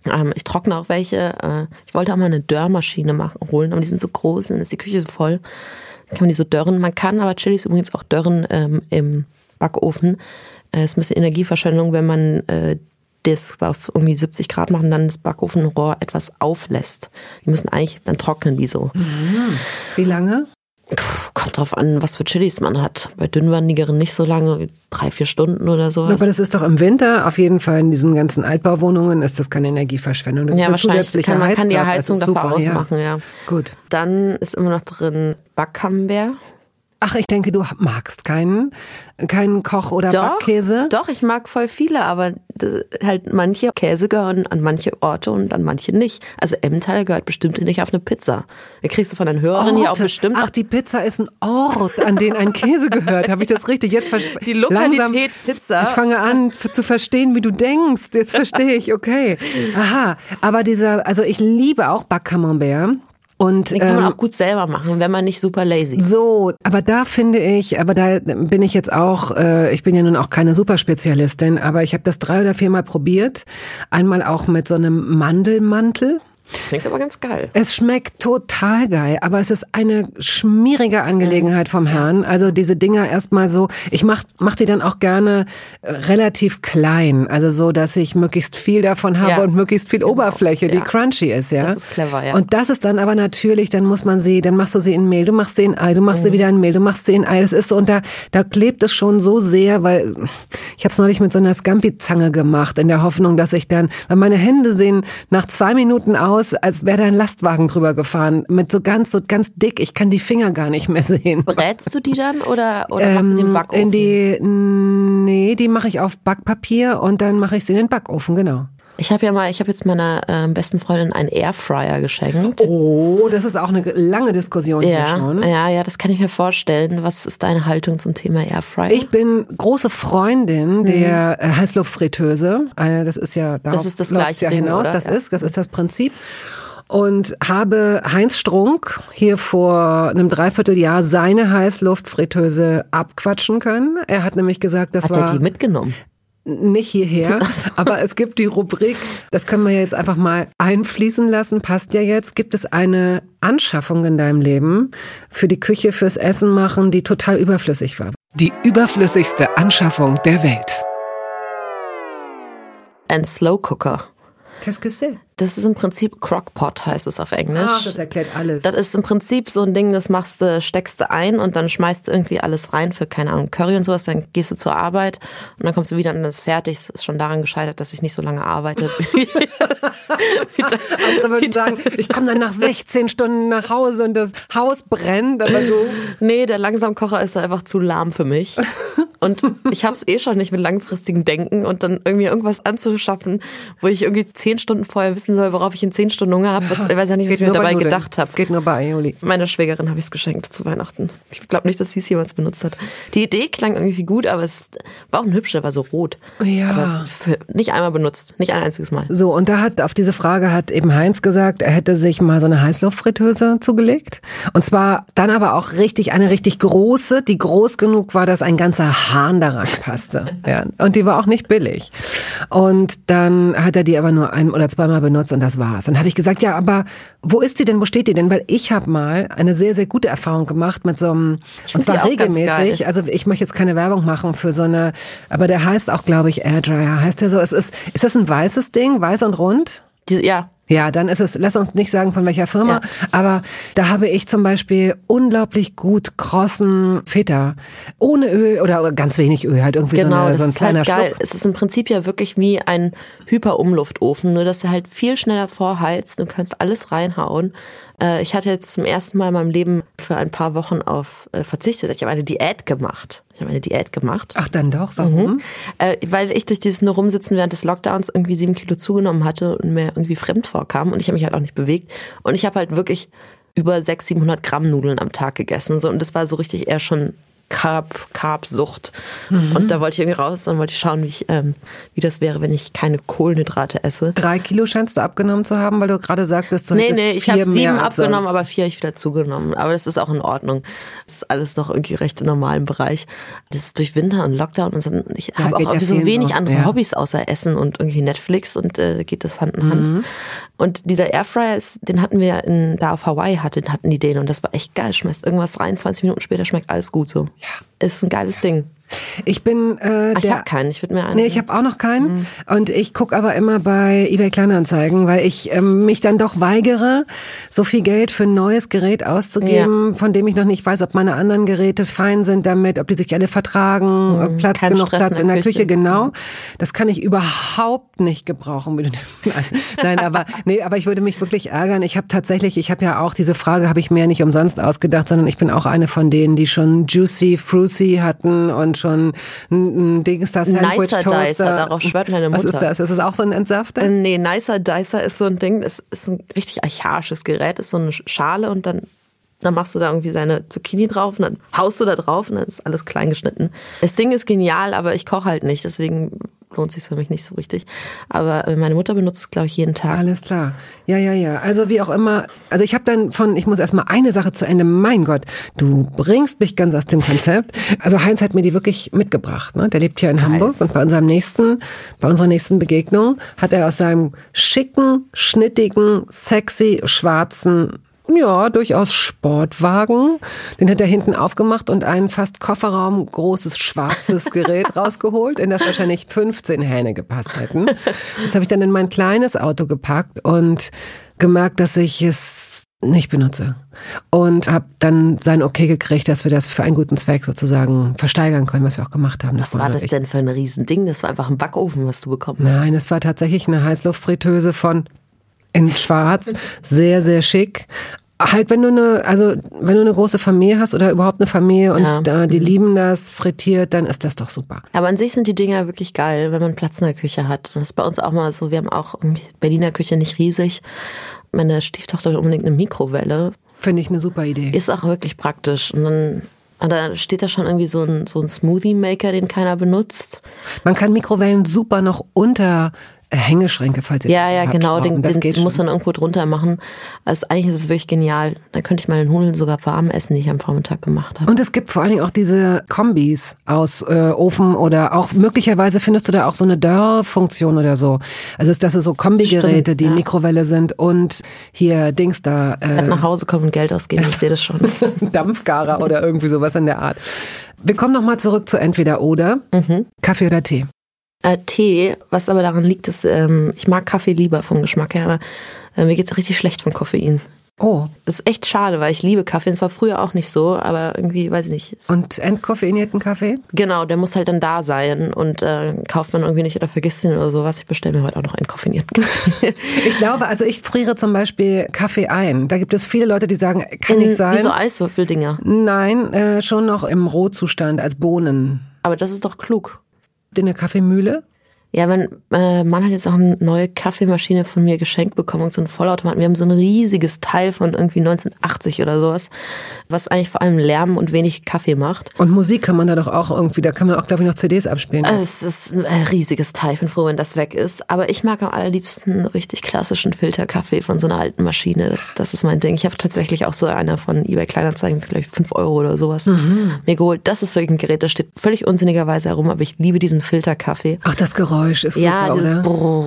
Ich trockne auch welche. Ich wollte auch mal eine Dörrmaschine holen, aber die sind so groß, dann ist die Küche so voll. Dann kann man die so dörren. Man kann aber Chilis übrigens auch dörren im Backofen. Es ist ein bisschen Energieverschwendung, wenn man das auf irgendwie 70 Grad machen, dann das Backofenrohr etwas auflässt. Die müssen eigentlich, dann trocknen die so. Wie lange? Kommt drauf an, was für Chilis man hat. Bei dünnwandigeren nicht so lange, 3-4 Stunden oder sowas. Aber das ist doch im Winter, auf jeden Fall in diesen ganzen Altbauwohnungen ist das keine Energieverschwendung. Das ja, ist wahrscheinlich man kann die Heizung davor ausmachen, ja. Gut. Dann ist immer noch drin Backcamembert. Ach, ich denke, du magst keinen Koch- oder Backkäse? Doch, ich mag voll viele, aber halt manche Käse gehören an manche Orte und an manche nicht. Also Emmentaler gehört bestimmt nicht auf eine Pizza. Da kriegst du von deinen Hörern hier auch bestimmt. Ach, die Pizza ist ein Ort, an den ein Käse gehört. Habe ich das richtig? Jetzt die Lokalität langsam, Pizza. Ich fange an zu verstehen, wie du denkst. Jetzt verstehe ich, okay. Aha, aber also ich liebe auch Backcamembert. Und, den kann man auch gut selber machen, wenn man nicht super lazy ist. So, aber da finde ich, aber da bin ich jetzt auch, ich bin ja nun auch keine Superspezialistin, aber ich habe das 3 oder 4 Mal probiert. Einmal auch mit so einem Mandelmantel. Klingt aber ganz geil. Es schmeckt total geil, aber es ist eine schmierige Angelegenheit vom Herrn. Also diese Dinger erstmal so, ich mach die dann auch gerne relativ klein, also so, dass ich möglichst viel davon habe und möglichst viel Oberfläche, die crunchy ist, ja. Das ist clever, ja. Und das ist dann aber natürlich, dann machst du sie in Mehl, du machst sie in Ei, du machst sie wieder in Mehl, du machst sie in Ei. Das ist so, und da klebt es schon so sehr, weil ich habe es neulich mit so einer Scampi-Zange gemacht, in der Hoffnung, dass ich dann, weil meine Hände sehen nach 2 Minuten aus, als wäre da ein Lastwagen drüber gefahren, mit so ganz dick, ich kann die Finger gar nicht mehr sehen. Brätst du die dann oder machst du den Backofen? Nee, die mache ich auf Backpapier und dann mache ich sie in den Backofen, genau. Ich habe jetzt meiner besten Freundin einen Airfryer geschenkt. Oh, das ist auch eine lange Diskussion hier schon. Ja, das kann ich mir vorstellen. Was ist deine Haltung zum Thema Airfryer? Ich bin große Freundin der Heißluftfritteuse. Das ist ja, das ist das gleiche Ding, hinaus. Oder? Das ist das Prinzip. Und habe Heinz Strunk hier vor einem Dreivierteljahr seine Heißluftfritteuse abquatschen können. Er hat nämlich gesagt, Hat er die mitgenommen? Nicht hierher, aber es gibt die Rubrik, das können wir jetzt einfach mal einfließen lassen, passt ja jetzt. Gibt es eine Anschaffung in deinem Leben für die Küche, fürs Essen machen, die total überflüssig war? Die überflüssigste Anschaffung der Welt. Ein Slow Cooker. Qu'est-ce que c'est? Das ist im Prinzip Crockpot, heißt es auf Englisch. Ach, das erklärt alles. Das ist im Prinzip so ein Ding, das steckst du ein und dann schmeißt du irgendwie alles rein für, keine Ahnung, Curry und sowas. Dann gehst du zur Arbeit und dann kommst du wieder und dann ist fertig. Es ist schon daran gescheitert, dass ich nicht so lange arbeite. Andere würden sagen, ich komme dann nach 16 Stunden nach Hause und das Haus brennt, aber du... Nee, der Langsamkocher ist einfach zu lahm für mich. Und ich habe es schon nicht mit langfristigem Denken und dann irgendwie irgendwas anzuschaffen, wo ich irgendwie 10 Stunden vorher wissen soll, worauf ich in 10 Stunden Hunger habe. Ich weiß ja nicht, was ich mir dabei gedacht habe. Es geht nur bei Aioli. Meiner Schwägerin habe ich es geschenkt zu Weihnachten. Ich glaube nicht, dass sie es jemals benutzt hat. Die Idee klang irgendwie gut, aber es war auch ein hübscher, war so rot. Ja. Aber nicht einmal benutzt, nicht ein einziges Mal. So, und auf diese Frage hat eben Heinz gesagt, er hätte sich mal so eine Heißluftfritteuse zugelegt. Und zwar dann aber auch eine richtig große, die groß genug war, dass ein ganzer Hahn daran passte. Ja. Und die war auch nicht billig. Und dann hat er die aber nur 1- oder 2-mal benutzt und das war's. Dann habe ich gesagt, ja, aber wo ist die denn, wo steht die denn? Weil ich habe mal eine sehr, sehr gute Erfahrung gemacht mit so einem, und zwar regelmäßig, also ich möchte jetzt keine Werbung machen für so eine, aber der heißt auch, glaube ich, Airdryer. Heißt der so? Ist das ein weißes Ding, weiß und rund? Ja. Ja, dann ist es, lass uns nicht sagen von welcher Firma, aber da habe ich zum Beispiel unglaublich gut krossen Feta, ohne Öl oder ganz wenig Öl, halt irgendwie so ein kleiner Schluck. Geil. Es ist im Prinzip ja wirklich wie ein Hyperumluftofen, nur dass er halt viel schneller vorheizt, du kannst alles reinhauen. Ich hatte jetzt zum ersten Mal in meinem Leben für ein paar Wochen auf verzichtet. Ich habe eine Diät gemacht. Ach, dann doch, warum? Weil ich durch dieses nur Rumsitzen während des Lockdowns irgendwie 7 Kilo zugenommen hatte und mir irgendwie fremd vorkam und ich habe mich halt auch nicht bewegt. Und ich habe halt wirklich über 600-700 Gramm Nudeln am Tag gegessen. So, und das war so richtig eher schon Carb-Sucht. Und da wollte ich irgendwie raus, dann wollte ich schauen, wie das wäre, wenn ich keine Kohlenhydrate esse. 3 Kilo scheinst du abgenommen zu haben, weil du gerade sagtest, du hättest 4 ich habe 7 als abgenommen, sonst. aber 4 habe ich wieder zugenommen. Aber das ist auch in Ordnung. Das ist alles noch irgendwie recht im normalen Bereich. Das ist durch Winter und Lockdown und ich habe auch irgendwie so wenig andere Hobbys außer Essen und irgendwie Netflix und geht das Hand in Hand. Und dieser Airfryer, den hatten wir da auf Hawaii, hatten die den und das war echt geil. Schmeißt irgendwas rein, 20 Minuten später schmeckt alles gut so. Ja. Ist ein geiles Ding. Ich bin ich habe keinen, ich würde mir einen. Nee, ich habe auch noch keinen. Und ich gucke aber immer bei eBay Kleinanzeigen, weil ich mich dann doch weigere, so viel Geld für ein neues Gerät auszugeben, von dem ich noch nicht weiß, ob meine anderen Geräte fein sind damit, ob die sich alle vertragen, ob genug Platz in der Küche. Genau. Das kann ich überhaupt nicht gebrauchen. Nein, aber ich würde mich wirklich ärgern. Ich habe ja auch diese Frage, habe ich mir nicht umsonst ausgedacht, sondern ich bin auch eine von denen, die schon Juicy Fruity hatten und schon ein Dings, Sandwich Toaster. Darauf schwört meine Mutter. Was ist das? Ist das auch so ein Entsafter? Nee, Nicer Dicer ist so ein Ding, das ist ein richtig archaisches Gerät, ist so eine Schale und dann machst du da irgendwie seine Zucchini drauf und dann haust du da drauf und dann ist alles klein geschnitten. Das Ding ist genial, aber ich koche halt nicht, deswegen lohnt sich für mich nicht so richtig. Aber meine Mutter benutzt es, glaube ich, jeden Tag. Alles klar. Ja. Also wie auch immer. Also ich habe ich muss erstmal eine Sache zu Ende. Mein Gott, du bringst mich ganz aus dem Konzept. Also Heinz hat mir die wirklich mitgebracht. Ne? Der lebt hier in Hamburg und bei unserer nächsten Begegnung hat er aus seinem schicken, schnittigen, sexy, schwarzen, ja, durchaus Sportwagen. Den hat er hinten aufgemacht und ein fast Kofferraum großes schwarzes Gerät rausgeholt, in das wahrscheinlich 15 Hähne gepasst hätten. Das habe ich dann in mein kleines Auto gepackt und gemerkt, dass ich es nicht benutze. Und habe dann sein Okay gekriegt, dass wir das für einen guten Zweck sozusagen versteigern können, was wir auch gemacht haben. Was war das denn für ein Riesending? Das war einfach ein Backofen, was du bekommen hast. Nein, es war tatsächlich eine Heißluftfritteuse in schwarz, sehr, sehr schick. Halt, wenn du eine große Familie hast oder überhaupt eine Familie und die lieben das frittiert, dann ist das doch super. Aber an sich sind die Dinger wirklich geil, wenn man Platz in der Küche hat. Das ist bei uns auch mal so, wir haben auch Berliner Küche nicht riesig. Meine Stieftochter will unbedingt eine Mikrowelle. Finde ich eine super Idee. Ist auch wirklich praktisch. Und da steht da schon irgendwie so ein Smoothie-Maker, den keiner benutzt. Man kann Mikrowellen super noch unter Hängeschränke, falls ihr Ja, genau, den muss man irgendwo drunter machen. Also eigentlich ist es wirklich genial. Da könnte ich meine Nudeln sogar warm essen, die ich am Vormittag gemacht habe. Und es gibt vor allen Dingen auch diese Kombis aus Ofen oder auch möglicherweise findest du da auch so eine Dörrfunktion oder so. Also das sind so Kombigeräte, die Mikrowelle sind und hier Dings da. Nach Hause kommen und Geld ausgeben, ich sehe das schon. Dampfgarer oder irgendwie sowas in der Art. Wir kommen nochmal zurück zu entweder oder. Kaffee oder Tee? Tee, was aber daran liegt, ist, ich mag Kaffee lieber vom Geschmack her, aber mir geht's richtig schlecht von Koffein. Oh. Das ist echt schade, weil ich liebe Kaffee. Das war früher auch nicht so, aber irgendwie, weiß ich nicht. Und entkoffeinierten Kaffee? Genau, der muss halt dann da sein und kauft man irgendwie nicht oder vergisst ihn oder sowas. Ich bestelle mir heute auch noch entkoffeinierten Kaffee. Ich glaube, also ich friere zum Beispiel Kaffee ein. Da gibt es viele Leute, die sagen, kann nicht sein. Wie so Eiswürfeldinger? Nein, schon noch im Rohzustand als Bohnen. Aber das ist doch klug. In der Kaffeemühle? Ja, mein Mann hat jetzt auch eine neue Kaffeemaschine von mir geschenkt bekommen, so einen Vollautomaten. Wir haben so ein riesiges Teil von irgendwie 1980 oder sowas, was eigentlich vor allem Lärm und wenig Kaffee macht. Und Musik kann man da doch auch irgendwie, da kann man auch, glaube ich, noch CDs abspielen. Also es ist ein riesiges Teil, ich bin froh, wenn das weg ist. Aber ich mag am allerliebsten einen richtig klassischen Filterkaffee von so einer alten Maschine. Das ist mein Ding. Ich habe tatsächlich auch so eine von eBay Kleinanzeigen für vielleicht 5 € oder sowas mir geholt. Das ist wirklich ein Gerät, das steht völlig unsinnigerweise herum, aber ich liebe diesen Filterkaffee. Ach, das Geräusch ist super, ja, dieses oder?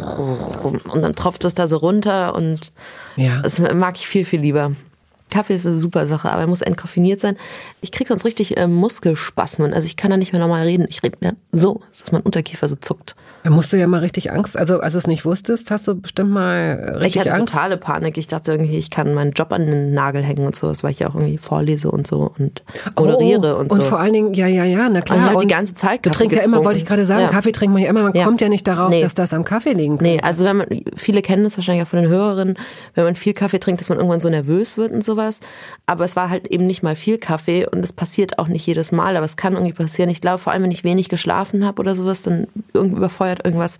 Brrrr, und dann tropft es da so runter und das mag ich viel, viel lieber. Kaffee ist eine super Sache, aber er muss entkoffeiniert sein. Ich kriege sonst richtig Muskelspasmen. Also ich kann da nicht mehr normal reden. Ich rede dann so, dass mein Unterkiefer so zuckt. Da musst du ja mal richtig Angst, also als du es nicht wusstest, hast du bestimmt mal richtig Angst? Ich hatte totale Panik. Ich dachte irgendwie, ich kann meinen Job an den Nagel hängen und so, weil ich ja auch irgendwie vorlese und so und moderiere und so. Und vor allen Dingen, ja, na klar. Und ich habe die ganze Zeit Kaffee Du trinkst ja immer, wollte ich gerade sagen, Kaffee trinkt man ja immer, man kommt ja nicht darauf, dass das am Kaffee liegen kann. Nee, also wenn man, viele kennen das wahrscheinlich auch von den Hörerinnen, wenn man viel Kaffee trinkt, dass man irgendwann so nervös wird und sowas. Aber es war halt eben nicht mal viel Kaffee und es passiert auch nicht jedes Mal, aber es kann irgendwie passieren. Ich glaube, vor allem, wenn ich wenig geschlafen habe oder sowas, dann irgendwie überfeuert irgendwas.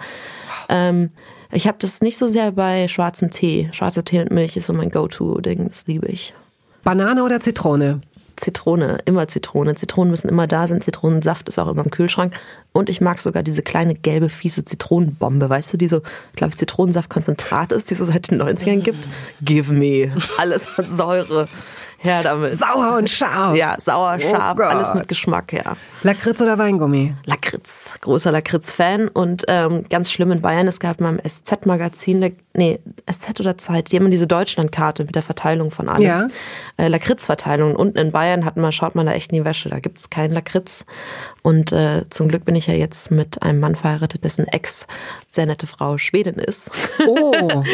Ich habe das nicht so sehr bei schwarzem Tee. Schwarzer Tee mit Milch ist so mein Go-To-Ding, das liebe ich. Banane oder Zitrone? Zitrone, immer Zitrone. Zitronen müssen immer da sein, Zitronensaft ist auch immer im Kühlschrank. Und ich mag sogar diese kleine gelbe, fiese Zitronenbombe, weißt du, die so, ich glaube, Zitronensaftkonzentrat ist, die es so seit den 90ern gibt. Give me. Alles hat Säure. Her damit. Sauer und scharf. Ja, sauer, scharf, alles mit Geschmack, ja. Lakritz oder Weingummi? Lakritz, großer Lakritz-Fan und ganz schlimm in Bayern, es gab mal im SZ-Magazin, SZ oder Zeit, die haben diese Deutschlandkarte mit der Verteilung von allem. Ja. Lakritz-Verteilung. Unten in Bayern schaut man da echt in die Wäsche, da gibt's keinen Lakritz. Und zum Glück bin ich ja jetzt mit einem Mann verheiratet, dessen Ex sehr nette Frau Schwedin ist. Oh.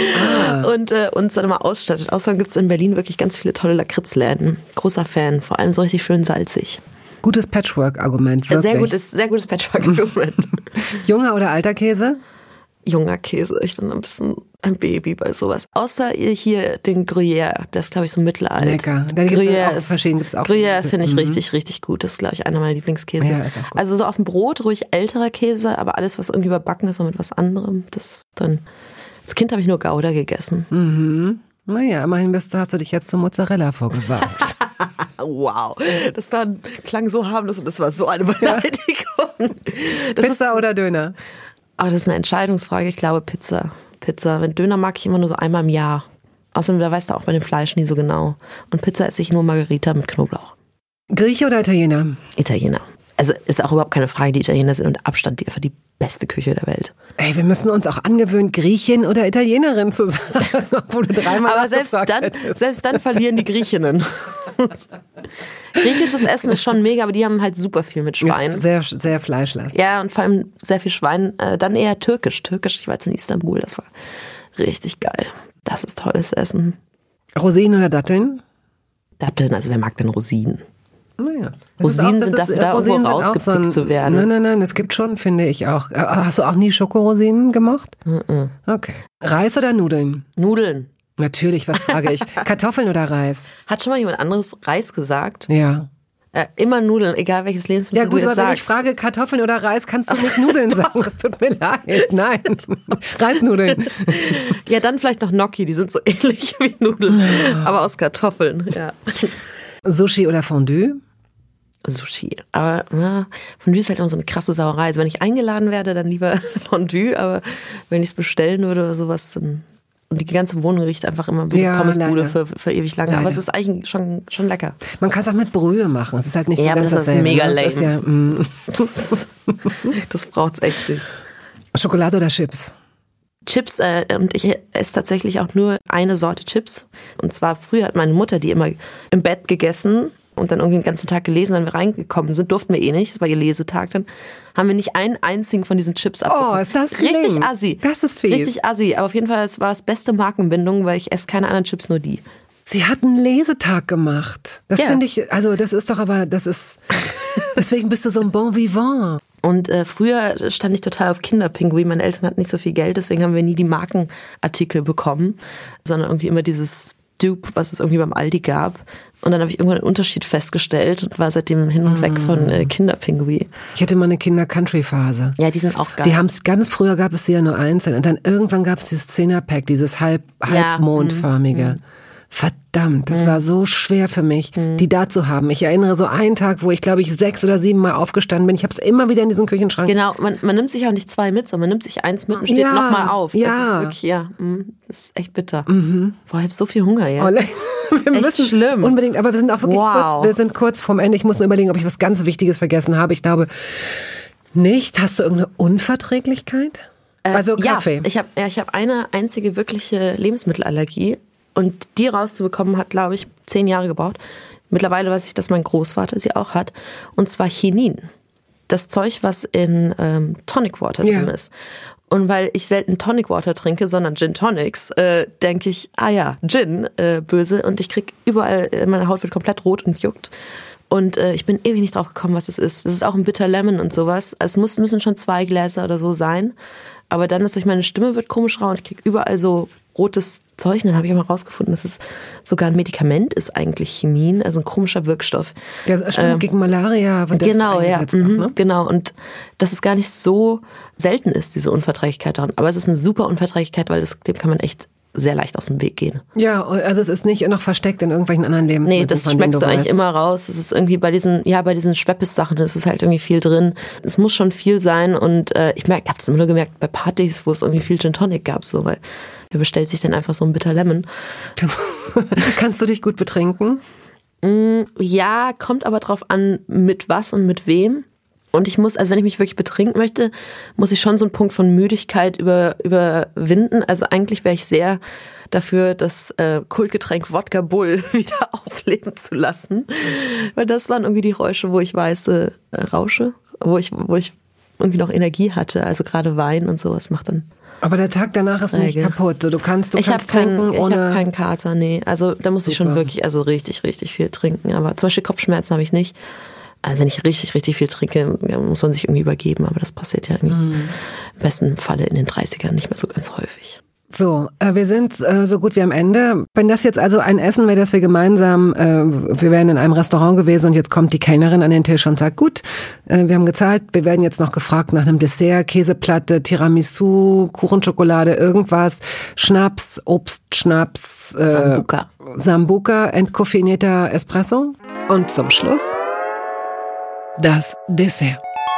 Und uns dann immer ausstattet. Außerdem gibt's in Berlin wirklich ganz viele tolle Lakritzläden. Großer Fan, vor allem so richtig schön salzig. Gutes Patchwork-Argument, wirklich. Sehr gutes Patchwork-Argument. Junger oder alter Käse? Junger Käse, ich bin ein bisschen ein Baby bei sowas. Außer hier den Gruyère, der ist, glaube ich, so mittelalt. Lecker. Gruyère finde ich richtig, richtig gut. Das ist, glaube ich, einer meiner Lieblingskäse. Ja, ist auch gut. Also so auf dem Brot ruhig älterer Käse, aber alles, was irgendwie überbacken ist und mit was anderem, das dann... Als Kind habe ich nur Gouda gegessen. Mhm. Naja, immerhin hast du dich jetzt zur Mozzarella vorgewagt. Wow, das klang so harmlos und das war so eine Beleidigung. Pizza oder Döner? Aber das ist eine Entscheidungsfrage. Ich glaube Pizza. Wenn Döner mag ich immer nur so einmal im Jahr. Außerdem, da weißt du auch bei dem Fleisch nie so genau. Und Pizza esse ich nur Margherita mit Knoblauch. Grieche oder Italiener? Italiener. Also ist auch überhaupt keine Frage, die Italiener sind mit Abstand einfach die beste Küche der Welt. Ey, wir müssen uns auch angewöhnen, Griechin oder Italienerin zu sagen, obwohl du dreimal aber selbst dann verlieren die Griechinnen. Griechisches Essen ist schon mega, aber die haben halt super viel mit Schwein. Sehr, sehr fleischlastig. Ja, und vor allem sehr viel Schwein. Dann eher türkisch. Ich war jetzt in Istanbul, das war richtig geil. Das ist tolles Essen. Rosinen oder Datteln? Datteln, also wer mag denn Rosinen? Naja. Rosinen sind dafür da, irgendwo rausgepickt zu werden. Nein, es gibt schon, finde ich auch. Hast du auch nie Schokorosinen gemocht? Okay. Reis oder Nudeln? Nudeln. Natürlich, was frage ich? Kartoffeln oder Reis? Hat schon mal jemand anderes Reis gesagt? Ja. Immer Nudeln, egal welches Lebensmittel du jetzt sagst. Ja gut, aber wenn ich frage Kartoffeln oder Reis, kannst du nicht Nudeln sagen. Das tut mir leid. Nein, Reisnudeln. Ja, dann vielleicht noch Gnocchi, die sind so ähnlich wie Nudeln, aber aus Kartoffeln. Ja. Sushi oder Fondue? Sushi, aber Fondue ist halt immer so eine krasse Sauerei. Also wenn ich eingeladen werde, dann lieber Fondue, aber wenn ich es bestellen würde oder sowas, dann... Und die ganze Wohnung riecht einfach immer wie eine Pommesbude für ewig lange. Leider. Aber es ist eigentlich schon lecker. Man kann es auch mit Brühe machen. Es ist halt nicht so ganz dasselbe. Ja, aber das ist mega lame. Das braucht's echt nicht. Schokolade oder Chips? Chips, und ich esse tatsächlich auch nur eine Sorte Chips. Und zwar früher hat meine Mutter die immer im Bett gegessen und dann irgendwie den ganzen Tag gelesen, wenn wir reingekommen sind, durften wir eh nicht, das war ihr Lesetag, dann haben wir nicht einen einzigen von diesen Chips abbekommen. Oh, ist das richtig Ding. assi. Das ist fies. Richtig assi, aber auf jeden Fall, es war das beste Markenbindung, weil ich esse keine anderen Chips, nur die. Sie hat einen Lesetag gemacht. Das finde ich, also das ist, deswegen bist du so ein Bon Vivant. Und früher stand ich total auf Kinderpinguin. Meine Eltern hatten nicht so viel Geld, deswegen haben wir nie die Markenartikel bekommen, sondern irgendwie immer dieses Dupe, was es irgendwie beim Aldi gab. Und dann habe ich irgendwann einen Unterschied festgestellt und war seitdem hin und weg von Kinderpinguin. Ich hatte mal eine Kinder-Country-Phase. Ja, die sind auch geil. Die haben es ganz früher gab es sie ja nur einzeln und dann irgendwann gab es dieses 10er-Pack, dieses halbmondförmige. Verdammt, das war so schwer für mich, die da zu haben. Ich erinnere so einen Tag, wo ich, glaube ich, 6 oder 7 Mal aufgestanden bin. Ich habe es immer wieder in diesen Küchenschrank. Genau, man nimmt sich auch nicht 2 mit, sondern man nimmt sich 1 mit und steht nochmal auf. Ja. Das ist wirklich, das ist echt bitter. Boah, ich habe so viel Hunger, ja. Wir müssen schlimm. Unbedingt, aber wir sind auch wirklich kurz vorm Ende. Ich muss nur überlegen, ob ich was ganz Wichtiges vergessen habe. Ich glaube nicht. Hast du irgendeine Unverträglichkeit? Also Kaffee. Ja, ich habe eine einzige wirkliche Lebensmittelallergie. Und die rauszubekommen hat, glaube ich, 10 Jahre gebraucht. Mittlerweile weiß ich, dass mein Großvater sie auch hat. Und zwar Chinin. Das Zeug, was in Tonic Water drin ist. Und weil ich selten Tonic Water trinke, sondern Gin Tonics, denke ich, Gin, böse. Und ich krieg überall, meine Haut wird komplett rot und juckt. Und ich bin ewig nicht drauf gekommen, was es ist. Das ist auch ein Bitter Lemon und sowas. Also es müssen schon 2 Gläser oder so sein. Aber dann ist meine Stimme wird komisch rau und ich krieg überall so rotes Zeug. Und dann habe ich mal rausgefunden, dass es sogar ein Medikament ist eigentlich, Chinin, also ein komischer Wirkstoff. Ja, stimmt, gegen Malaria. Genau, ja. Auch, ne? Genau, und dass es gar nicht so selten ist, diese Unverträglichkeit daran. Aber es ist eine super Unverträglichkeit, weil dem kann man echt sehr leicht aus dem Weg gehen. Ja, also es ist nicht noch versteckt in irgendwelchen anderen Lebensmitteln. Nee, das schmeckst du eigentlich immer raus. Es ist irgendwie bei diesen Schweppes-Sachen, das ist halt irgendwie viel drin. Es muss schon viel sein und ich habe es immer nur gemerkt bei Partys, wo es irgendwie viel Gin Tonic gab, so, weil wer bestellt sich dann einfach so ein Bitter Lemon? Kannst du dich gut betrinken? Ja, kommt aber drauf an, mit was und mit wem. Und ich muss, also wenn ich mich wirklich betrinken möchte, muss ich schon so einen Punkt von Müdigkeit überwinden. Also eigentlich wäre ich sehr dafür, das Kultgetränk Wodka Bull wieder aufleben zu lassen. Weil das waren irgendwie die Räusche, wo ich weiße Rausche, wo ich irgendwie noch Energie hatte. Also gerade Wein und sowas macht dann. Aber der Tag danach ist nicht kaputt. Du kannst trinken ohne... Ich habe keinen Kater, nee. Also da muss ich schon wirklich richtig, richtig viel trinken. Aber zum Beispiel Kopfschmerzen habe ich nicht. Also wenn ich richtig, richtig viel trinke, muss man sich irgendwie übergeben. Aber das passiert ja irgendwie im besten Falle in den 30ern nicht mehr so ganz häufig. So, wir sind so gut wie am Ende. Wenn das jetzt also ein Essen wäre, das wir gemeinsam, wir wären in einem Restaurant gewesen und jetzt kommt die Kellnerin an den Tisch und sagt, gut, wir haben gezahlt, wir werden jetzt noch gefragt nach einem Dessert, Käseplatte, Tiramisu, Kuchenschokolade, irgendwas, Schnaps, Obstschnaps, Sambuca, entkoffinierter Espresso und zum Schluss das Dessert.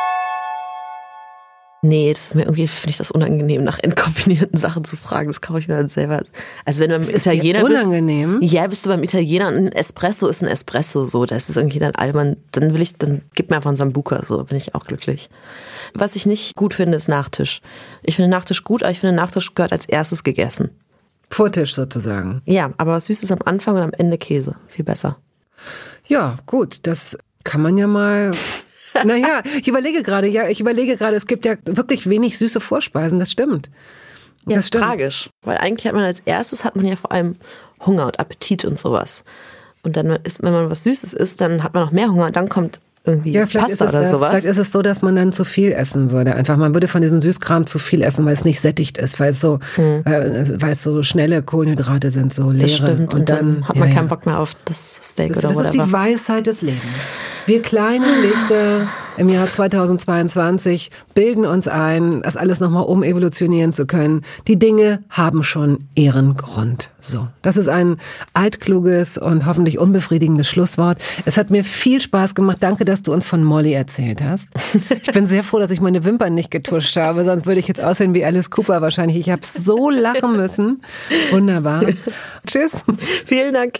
Nee, das ist mir irgendwie, finde ich das unangenehm, nach entkoffinierten Sachen zu fragen. Das kaufe ich mir dann selber. Also wenn du beim Italiener bist. Unangenehm? Ja, bist du beim Italiener und ein Espresso ist ein Espresso, so. Das ist irgendwie dann albern. Dann gib mir einfach einen Sambuca, so. Bin ich auch glücklich. Was ich nicht gut finde, ist Nachtisch. Ich finde Nachtisch gut, aber ich finde Nachtisch gehört als erstes gegessen. Vortisch sozusagen. Ja, aber was Süßes am Anfang und am Ende Käse. Viel besser. Ja, gut, das kann man ja mal... Naja, ich überlege gerade, es gibt ja wirklich wenig süße Vorspeisen, das stimmt. Ja, das ist tragisch, weil eigentlich hat man ja vor allem Hunger und Appetit und sowas. Und dann ist, wenn man was Süßes isst, dann hat man noch mehr Hunger und dann kommt irgendwie Pasta oder sowas. Vielleicht ist es so, dass man dann zu viel essen würde. Einfach, man würde von diesem Süßkram zu viel essen, weil es nicht sättigt ist, weil es so schnelle Kohlenhydrate sind, so leere. Das stimmt. Und dann hat man keinen Bock mehr auf das Steak oder whatever. Das ist die Weisheit des Lebens. Wir kleine Lichter im Jahr 2022 bilden uns ein, das alles nochmal umevolutionieren zu können. Die Dinge haben schon ihren Grund. So. Das ist ein altkluges und hoffentlich unbefriedigendes Schlusswort. Es hat mir viel Spaß gemacht. Danke, dass du uns von Molly erzählt hast. Ich bin sehr froh, dass ich meine Wimpern nicht getuscht habe, sonst würde ich jetzt aussehen wie Alice Cooper wahrscheinlich. Ich habe so lachen müssen. Wunderbar. Tschüss. Vielen Dank.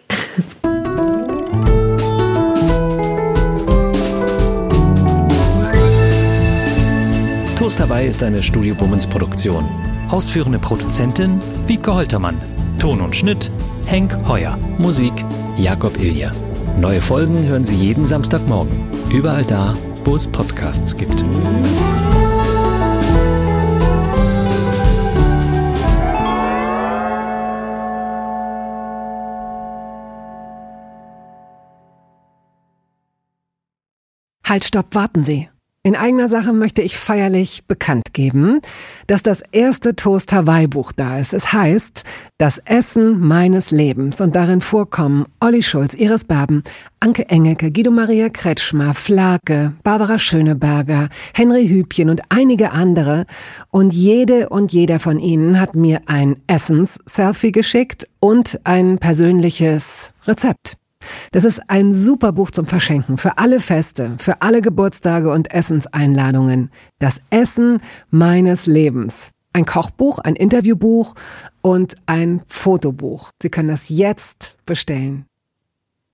Toast dabei ist eine Studio Bummens Produktion. Ausführende Produzentin Wiebke Holtermann. Ton und Schnitt Henk Heuer. Musik Jakob Ilja. Neue Folgen hören Sie jeden Samstagmorgen. Überall da, wo es Podcasts gibt. Halt, stopp, warten Sie. In eigener Sache möchte ich feierlich bekannt geben, dass das erste Toast Hawaii Buch da ist. Es heißt Das Essen meines Lebens und darin vorkommen Olli Schulz, Iris Berben, Anke Engelke, Guido Maria Kretschmer, Flake, Barbara Schöneberger, Henry Hübchen und einige andere. Und jede und jeder von ihnen hat mir ein Essens-Selfie geschickt und ein persönliches Rezept. Das ist ein super Buch zum Verschenken für alle Feste, für alle Geburtstage und Essenseinladungen. Das Essen meines Lebens. Ein Kochbuch, ein Interviewbuch und ein Fotobuch. Sie können das jetzt bestellen.